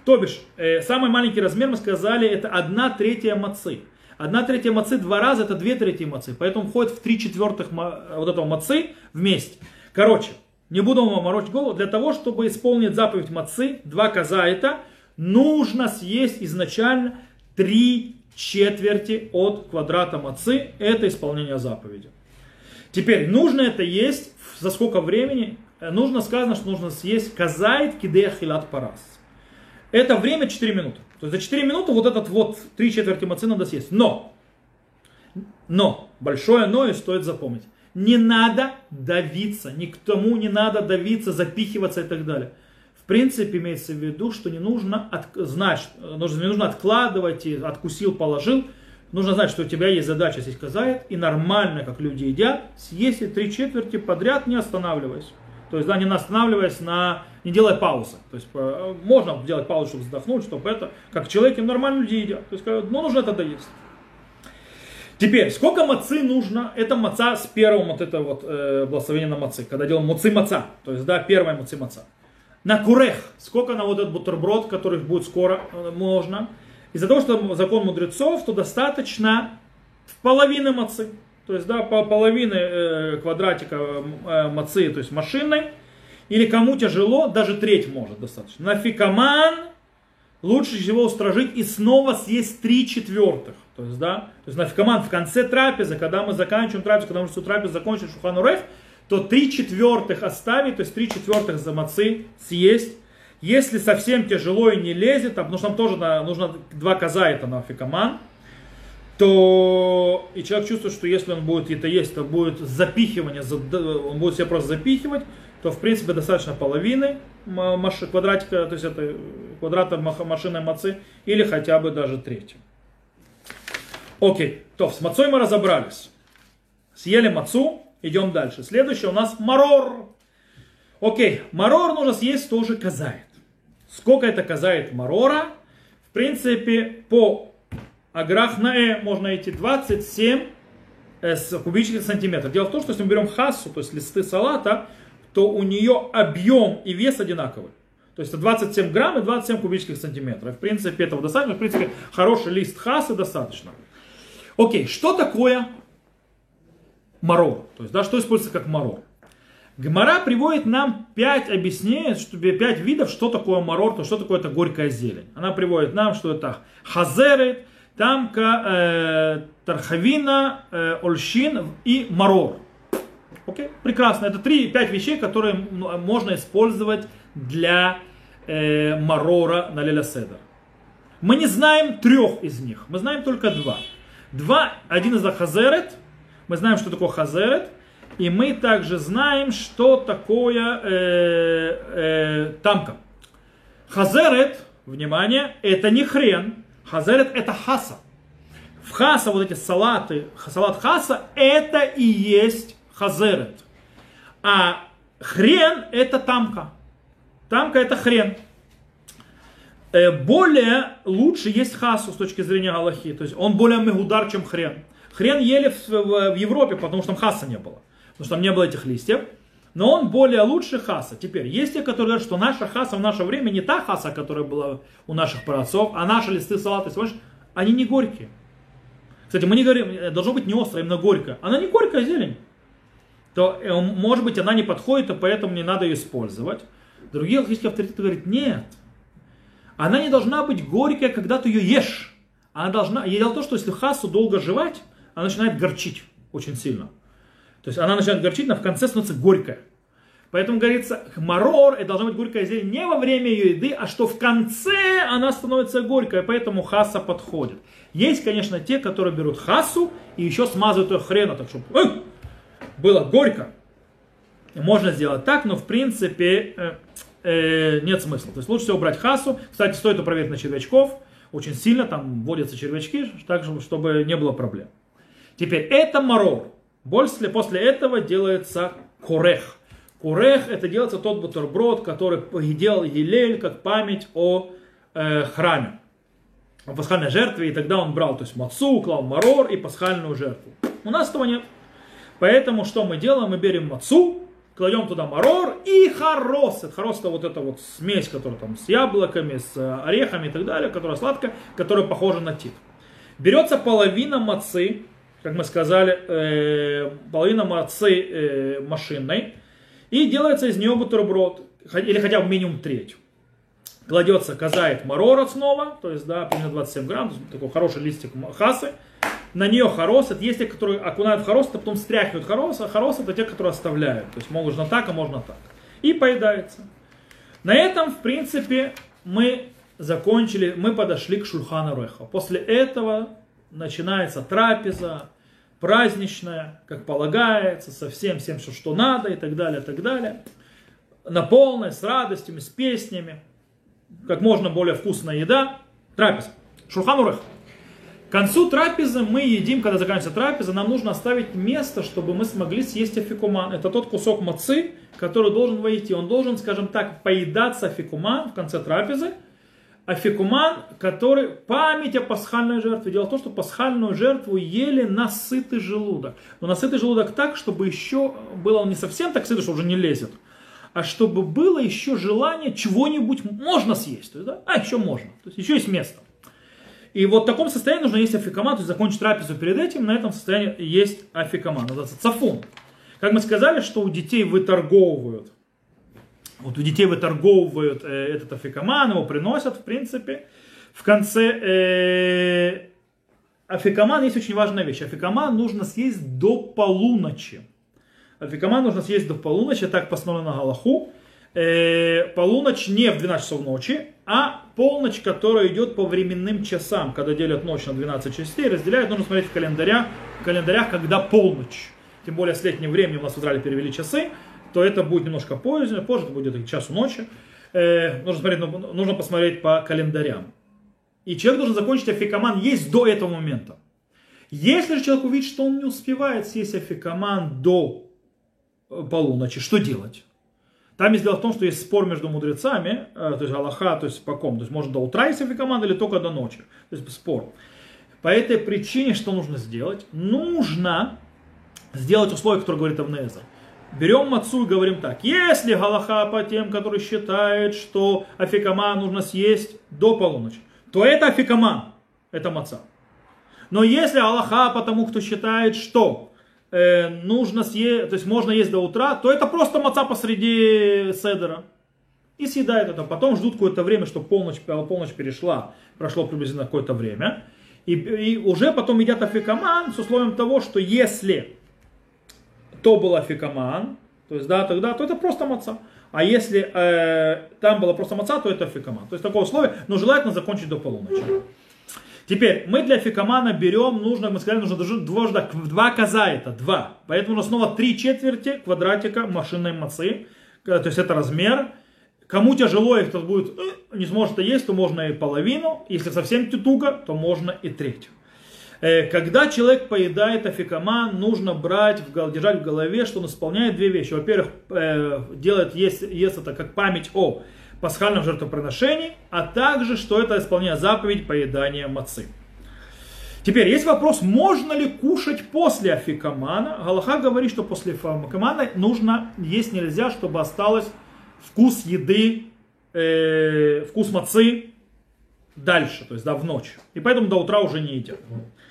То бишь, э, самый маленький размер, мы сказали, это одна третья мацы. Одна третья мацы два раза это две трети мацы. Поэтому входит в три четвертых вот этого мацы вместе. Короче, не буду вам морочить голову. Для того, чтобы исполнить заповедь мацы, два казаита, нужно съесть изначально три четверти от квадрата мацы. Это исполнение заповеди. Теперь, нужно это есть за сколько времени? Нужно сказано, что нужно съесть казаит кидея хилат парас. Это время четыре минуты. То есть за четыре минуты вот этот вот три четверти мацы надо съесть. Но, но, большое но и стоит запомнить. Не надо давиться, ни к тому не надо давиться, запихиваться и так далее. В принципе, имеется в виду, что не нужно от, знать, нужно, не нужно откладывать, и откусил, положил. Нужно знать, что у тебя есть задача съесть казаит, и нормально, как люди едят, съесть три четверти подряд, не останавливаясь. То есть, да, не останавливаясь на... Не делая паузы. То есть, можно делать паузу, чтобы вздохнуть, чтобы это... Как человеки нормально люди едят. То есть, ну, нужно это доесть. Теперь, сколько мацы нужно? Это маца с первым вот это вот э, благословение на мацы. Когда делаем муцы маца. То есть, да, первая муцы маца. На курех. Сколько на вот этот бутерброд, который будет скоро, э, можно. Из-за того, что закон мудрецов, то достаточно половины мацы. То есть, да, по половины э, квадратика э, мацы, то есть машинной. Или кому тяжело, даже треть может достаточно. На фикаман лучше всего устражить и снова съесть три четвертых. То есть, да, то есть на фикаман в конце трапезы, когда мы заканчиваем трапезу, когда мы всю трапезу закончим шулхан арух, то три четвертых оставить, то есть три четвертых за мацы съесть. Если совсем тяжело и не лезет, потому что нам тоже нужно два казаита на фикаман, то и человек чувствует, что если он будет это есть, то будет запихивание, он будет себя просто запихивать, то в принципе достаточно половины квадратика, то есть это квадрата машинной мацы, или хотя бы даже третью. Окей, то с мацой мы разобрались. Съели мацу, идем дальше. Следующее у нас марор. Окей, марор нужно съесть тоже казаит. Сколько это казаит марора? В принципе, по аграхнаэ можно найти двадцать семь кубических сантиметров. Дело в том, что если мы берем хассу, то есть листы салата, то у нее объем и вес одинаковый. То есть двадцать семь грамм и двадцать семь кубических сантиметров. В принципе, этого достаточно. В принципе, хороший лист хассы достаточно. Окей, что такое марор? То есть, да, что используется как марор? Гемара приводит нам пять объяснений, что, пять видов, что такое марор, то что такое это горькая зелень. Она приводит нам, что это хазеры, тамка, э, тархавина, э, ольщин и марор. Окей, прекрасно. Это три-пять вещей, которые можно использовать для э, марора на леля седер. Мы не знаем трех из них, мы знаем только два. Два, один из них хазерет, мы знаем, что такое хазерет, и мы также знаем, что такое э, э, тамка. Хазерет, внимание, это не хрен, хазерет это хаса. В хаса вот эти салаты, салат хаса, это и есть хазерет. А хрен это тамка. Тамка это хрен. Более лучше есть хасу с точки зрения галахи. То есть он более мегудар, чем хрен. Хрен ели в, в, в Европе, потому что там хаса не было. Потому что там не было этих листьев. Но он более лучше хаса. Теперь, есть те, которые говорят, что наша хаса в наше время не та хаса, которая была у наших праотцов, а наши листы салата, они не горькие. Кстати, мы не говорим, должно быть не острое, именно горькое. Она не горькая зелень. То, может быть, она не подходит, и поэтому не надо ее использовать. Другие логические авторитеты говорят, нет. Она не должна быть горькая, когда ты ее ешь. Она должна... Я дело в том, что если хасу долго жевать, она начинает горчить очень сильно. То есть она начинает горчить, но в конце становится горькая. Поэтому говорится, марор, это должна быть горькая зелень не во время ее еды, а что в конце она становится горькой, поэтому хаса подходит. Есть, конечно, те, которые берут хасу и еще смазывают ее хрена, так чтобы э, было горько. Можно сделать так, но в принципе э, э, нет смысла. То есть лучше всего брать хасу. Кстати, стоит это проверить на червячков. Очень сильно там вводятся червячки, так, чтобы не было проблем. Теперь это марор. После, после этого делается корех. Курех это делается тот бутерброд, который делал Елель как память о э, храме, о пасхальной жертве. И тогда он брал, то есть мацу, клал марор и пасхальную жертву. У нас этого нет. Поэтому что мы делаем? Мы берем мацу, кладем туда марор и харосет. Харос это вот эта вот смесь, которая там с яблоками, с орехами и так далее, которая сладкая, которая похожа на тик. Берется половина мацы, как мы сказали, э, половина мацы э, машинной, и делается из нее бутерброд, или хотя бы минимум треть. Кладется казает марора снова, то есть, да, примерно двадцать семь грамм, такой хороший листик хасы. На нее харосет. Есть те, которые окунают в харосет, а потом стряхивают харос, а харос это те, которые оставляют. То есть можно так, а можно так. И поедается. На этом, в принципе, мы закончили, мы подошли к Шульхан Аруха. После этого начинается трапеза, праздничная, как полагается, со всем, всем, все, что надо, и так далее, и так далее. На полной, с радостями, с песнями. Как можно более вкусная еда. Трапеза. Шульхан Арух. К концу трапезы мы едим, когда заканчивается трапеза, нам нужно оставить место, чтобы мы смогли съесть афикуман. Это тот кусок мацы, который должен войти. Он должен, скажем так, поедаться афикуман в конце трапезы. Афикуман, который память о пасхальной жертве. Дело в том, что пасхальную жертву ели на сытый желудок. Но на сытый желудок так, чтобы еще было он не совсем так сытый, что уже не лезет. А чтобы было еще желание чего-нибудь можно съесть. То есть, да? А, еще можно. То есть еще есть место. И вот в таком состоянии нужно есть афикаман, то есть закончить трапезу перед этим, на этом состоянии есть афикаман, называется цафун. Как мы сказали, что у детей выторговывают, вот у детей выторговывают э, этот афикаман, его приносят, в принципе. В конце э, афикаман есть очень важная вещь. Афикаман нужно съесть до полуночи. Афикаман нужно съесть до полуночи, так постановлено на Галаху. Э, полуночь не в двенадцать часов ночи, а полночь, которая идет по временным часам, когда делят ночь на двенадцать частей, разделяют, нужно смотреть в календарях, в календарях, когда полночь. Тем более с летним временем у нас в Израиле перевели часы, то это будет немножко позже, позже это будет часу ночи. Э, нужно, смотреть, нужно посмотреть по календарям. И человек должен закончить афикаман есть до этого момента. Если же человек увидит, что он не успевает съесть афикаман до полуночи, что делать? Там есть дело в том, что есть спор между мудрецами, то есть Аллаха, то есть по ком, то есть можно до утра есть афикаман или только до ночи, то есть спор. По этой причине что нужно сделать? Нужно сделать условие, которое говорит Авнеэзер. Берем мацу и говорим так: если Галаха по тем, которые считают, что афикаман нужно съесть до полуночи, то это афикаман, это маца. Но если Галаха по тому, кто считает, что нужно съесть, то есть можно есть до утра, то это просто маца посреди седера. И съедают это. Потом ждут какое-то время, чтобы полночь, полночь перешла, прошло приблизительно какое-то время. И, и уже потом едят афикаман с условием того, что если то был афикаман, то есть да, тогда, то это просто маца. А если э, там была просто маца, то это афикаман. То есть такое условие, но желательно закончить до полуночи. Теперь, мы для афикамана берем, нужно, мы сказали, нужно дважды, два коза это, два. Поэтому нужно снова три четверти квадратика машинной мацы. То есть это размер. Кому тяжело, и кто будет, не сможет это есть, то можно и половину. Если совсем туго, то можно и треть. Когда человек поедает афикаман, нужно брать, держать в голове, что он исполняет две вещи. Во-первых, делает, ест, ест это как память о пасхальном жертвоприношении, а также, что это исполняет заповедь поедания мацы. Теперь, есть вопрос, можно ли кушать после афикамана. Галаха говорит, что после афикамана нужно есть нельзя, чтобы осталось вкус еды, э, вкус мацы дальше, то есть да, в ночь. И поэтому до утра уже не едят.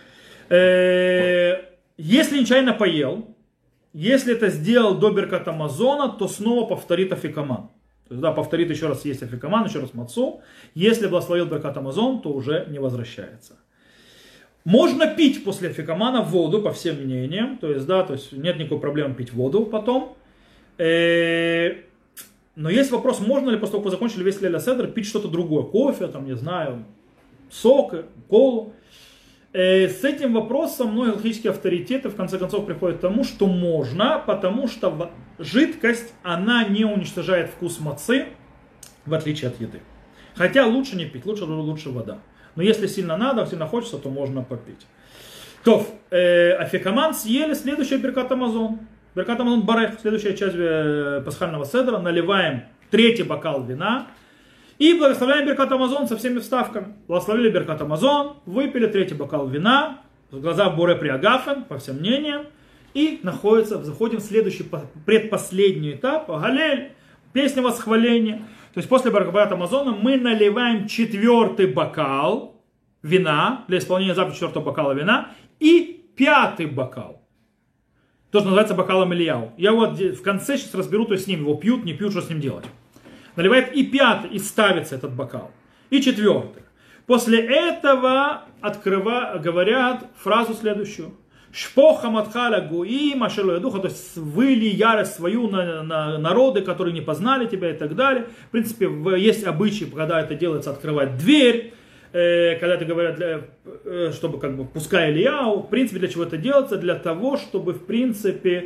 Э, если нечаянно поел, если это сделал до Беркат Амазона, то снова повторит афикаман. То есть, да, повторит еще раз есть афикаман, еще раз мацу. Если благословил Беркат Амазон, то уже не возвращается. Можно пить после афикамана воду, по всем мнениям. То есть, да, то есть нет никакой проблемы пить воду потом. Но есть вопрос, можно ли после того, как вы закончили весь Лейла Седер, пить что-то другое. Кофе, там, не знаю, сок, колу. С этим вопросом многие логические авторитеты в конце концов приходят к тому, что можно, потому что жидкость, она не уничтожает вкус мацы, в отличие от еды. Хотя лучше не пить, лучше, лучше вода. Но если сильно надо, сильно хочется, то можно попить. То, э, афикаман съели, следующая Беркат Амазон. Беркат Амазон барех, следующая часть э, пасхального седра. Наливаем третий бокал вина. И благословляем Беркат Амазон со всеми вставками. Благословили Беркат Амазон, выпили третий бокал вина, глаза в буре приагафен, по всем мнениям. И находится, заходим в следующий, предпоследний этап, Галель, песня восхваления. То есть после Баракабат Амазона мы наливаем четвертый бокал вина, для исполнения заповеди четвертого бокала вина, и пятый бокал. То, что называется бокалом Ильяу. Я вот в конце сейчас разберу, то есть с ним его пьют, не пьют, что с ним делать. Наливает и пятый, и ставится этот бокал. И четвертый. После этого открыва, говорят фразу следующую. Шпоха матхаля гуи машелуя духа, то есть выли ярость свою на, на народы, которые не познали тебя и так далее. В принципе, есть обычаи, когда это делается, открывать дверь, э, когда это говорят, для, э, чтобы как бы пускай Ильяу. В принципе, для чего это делается? Для того, чтобы в принципе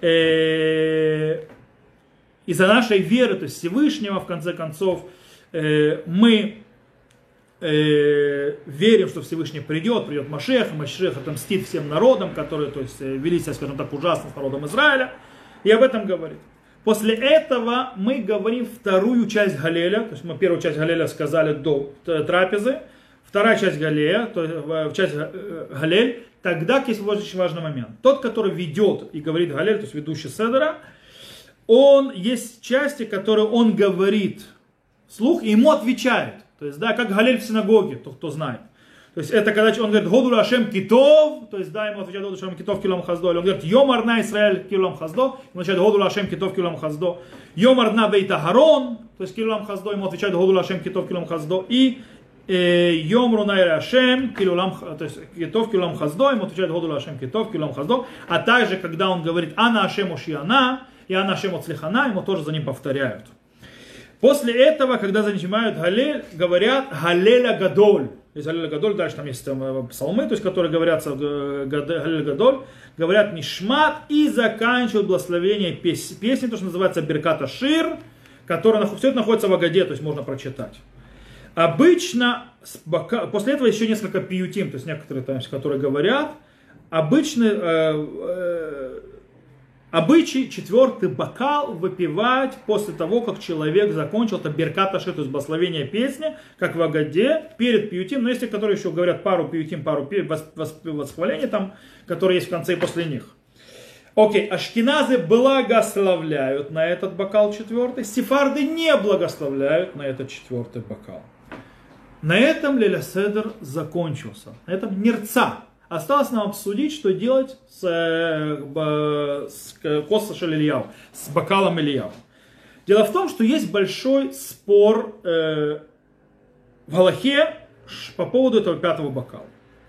э, из-за нашей веры, то есть Всевышнего, в конце концов, э, мы Э, верим, что Всевышний придет, придет Машех, Машех отомстит всем народам, которые, то есть, вели себя, скажем так, ужасно с народом Израиля, и об этом говорит. После этого мы говорим вторую часть Галеля, то есть мы первую часть Галеля сказали до трапезы, вторая часть Галея, то есть часть Галель, тогда есть очень важный момент. Тот, который ведет и говорит Галель, то есть ведущий Седера, он есть части, которые он говорит вслух, и ему отвечает. То есть, да, как Галель в синагоге, тот, кто знает. То есть, это когда он говорит, Году Лашем Китов, то есть, да, ему отвечает Году Лашем Китов Килом Хаздо. Или он говорит, Йомарна Исраэль Килом Хаздо, ему отвечает Году Лашем Китов Килом Хаздо. Йомарна Бейта Харон, то есть, Килом Хаздо, ему отвечает Году Лашем Китов Килом Хаздо. И Йомруна Ирашем, то есть, Китов Килом Хаздо, ему отвечает Году Лашем Китов Килом Хаздо. А также, когда он говорит, Ана Ашем Ушиана, и Ана Ашем Оцлихана, ему тоже за ним повторяют. После этого, когда занимают Галель, говорят Галеля Гадоль. Из Галеля Гадоль, дальше там есть там, псалмы, то есть, которые говорят Галеля Гадоль, говорят Нишмат и заканчивают благословение песни, песни, то, что называется Беркат Ашир, которая все это находится в Агаде, то есть можно прочитать. Обычно, после этого еще несколько пиютим, то есть некоторые, там, которые говорят, обычно э, э, обычай четвертый бокал выпивать после того, как человек закончил это Беркат Ашир, то есть благословение песни, как в Агаде, перед пиютим. Но есть те, которые еще говорят пару пиютим, пару восхвалений, там, которые есть в конце и после них. Окей, ашкеназы благословляют на этот бокал четвертый, сефарды не благословляют на этот четвертый бокал. На этом Лейля Седер закончился. На этом нерца. Осталось нам обсудить, что делать с, с Косашель Ильяу, с бокалом Ильяу. Дело в том, что есть большой спор э, в Галахе по поводу этого пятого бокала.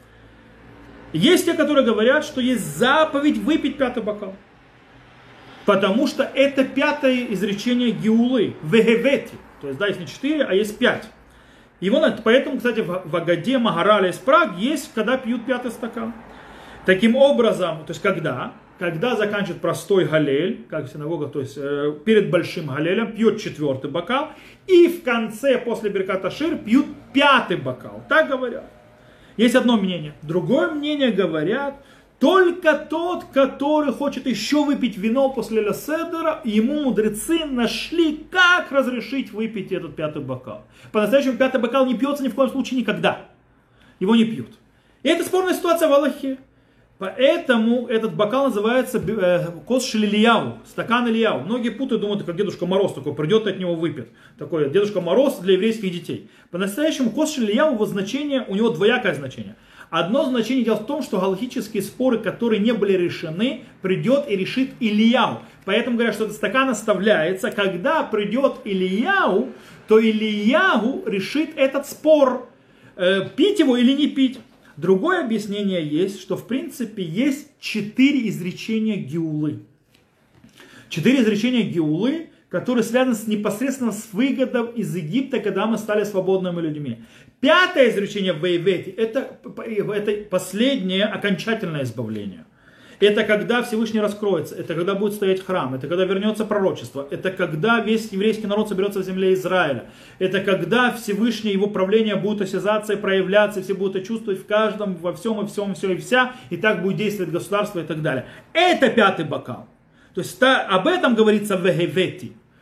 Есть те, которые говорят, что есть заповедь выпить пятый бокал. Потому что это пятое изречение Геулы, Вегевети. То есть, да, есть не четыре, а есть пять. Его, поэтому, кстати, в Агаде Магараля из Праг есть, когда пьют пятый стакан. Таким образом, то есть когда? Когда заканчивает простой галель, как синагога, то есть э, перед большим галелем, пьет четвертый бокал, и в конце, после Беркат Ашир, пьют пятый бокал. Так говорят. Есть одно мнение. Другое мнение говорят, только тот, который хочет еще выпить вино после Лейля Седера, ему мудрецы нашли, как разрешить выпить этот пятый бокал. По-настоящему пятый бокал не пьется ни в коем случае никогда. Его не пьют. И это спорная ситуация в Аллахе. Поэтому этот бокал называется Кос Шель Ильяу, стакан Ильяу. Многие путают, думают, как Дедушка Мороз такой придет и от него выпьет. Такой Дедушка Мороз для еврейских детей. По-настоящему Кос Шель Ильяу, его значение, у него двоякое значение. Одно значение дело в том, что галахические споры, которые не были решены, придет и решит Ильяу. Поэтому говорят, что этот стакан оставляется. Когда придет Ильяу, то Ильяу решит этот спор, э, пить его или не пить. Другое объяснение есть, что в принципе есть четыре изречения Геулы. Четыре изречения Геулы, которые связаны с, непосредственно с выгодом из Египта, когда мы стали свободными людьми. Пятое изречение в Вейвете, это, это последнее окончательное избавление. Это когда Всевышний раскроется, это когда будет стоять храм, это когда вернется пророчество, это когда весь еврейский народ соберется в земле Израиля, это когда Всевышний, его правление будет осязаться и проявляться, и все будут это чувствовать в каждом, во всем и всем, все и вся, и так будет действовать государство и так далее. Это пятый бокал. То есть об этом говорится в Вегевети.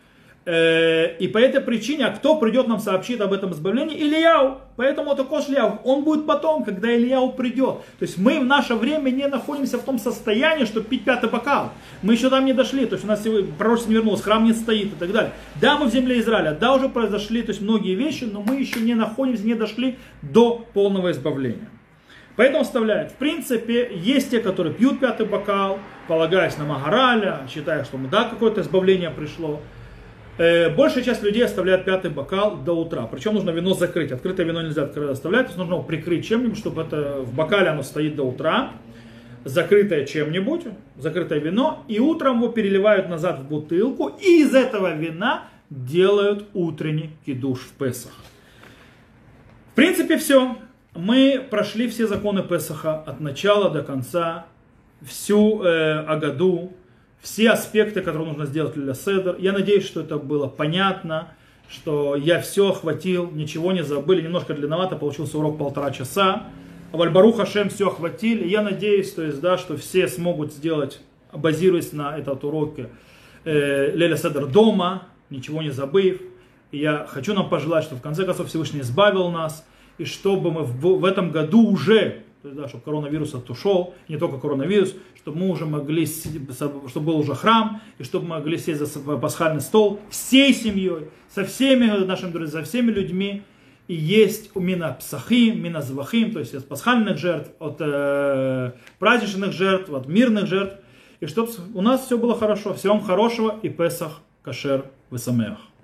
И по этой причине, а кто придет нам сообщит об этом избавлении? Ильяу. Поэтому это Кош Ильяу. Он будет потом, когда Ильяу придет. То есть мы в наше время не находимся в том состоянии, чтобы пить пятый бокал. Мы еще там не дошли. То есть у нас пророчество не вернулось, храм не стоит и так далее. Да, мы в земле Израиля, да, уже произошли то есть, многие вещи, но мы еще не находимся, не дошли до полного избавления. Поэтому вставляют. В принципе, есть те, которые пьют пятый бокал, полагаясь на Магараля, считая, что да, какое-то избавление пришло. Большая часть людей оставляет пятый бокал до утра. Причем нужно вино закрыть. Открытое вино нельзя оставлять. То есть нужно его прикрыть чем-нибудь, чтобы это в бокале оно стоит до утра. Закрытое чем-нибудь. Закрытое вино. И утром его переливают назад в бутылку. И из этого вина делают утренний кидуш в Песах. В принципе, все. Мы прошли все законы Песаха от начала до конца. Всю э, Агаду. Все аспекты, которые нужно сделать для Седер. Я надеюсь, что это было понятно, что я все охватил, ничего не забыли. Немножко длинновато, получился урок полтора часа. А Вальбарух Хашем все охватили. Я надеюсь, то есть, да, что все смогут сделать, базируясь на этот урок, э, Леля Седер дома, ничего не забыв. И я хочу нам пожелать, что в конце концов Всевышний избавил нас, и чтобы мы в, в этом году уже... То есть, да, чтобы коронавирус отошел, не только коронавирус, чтобы мы уже могли, чтобы был уже храм, и чтобы мы могли сесть за пасхальный стол всей семьей, со всеми нашими друзьями, со всеми людьми, и есть у мина псахим, мина звахим, то есть от пасхальных жертв, от э, праздничных жертв, от мирных жертв, и чтобы у нас все было хорошо. Всего вам хорошего и Песах кашер весамеах.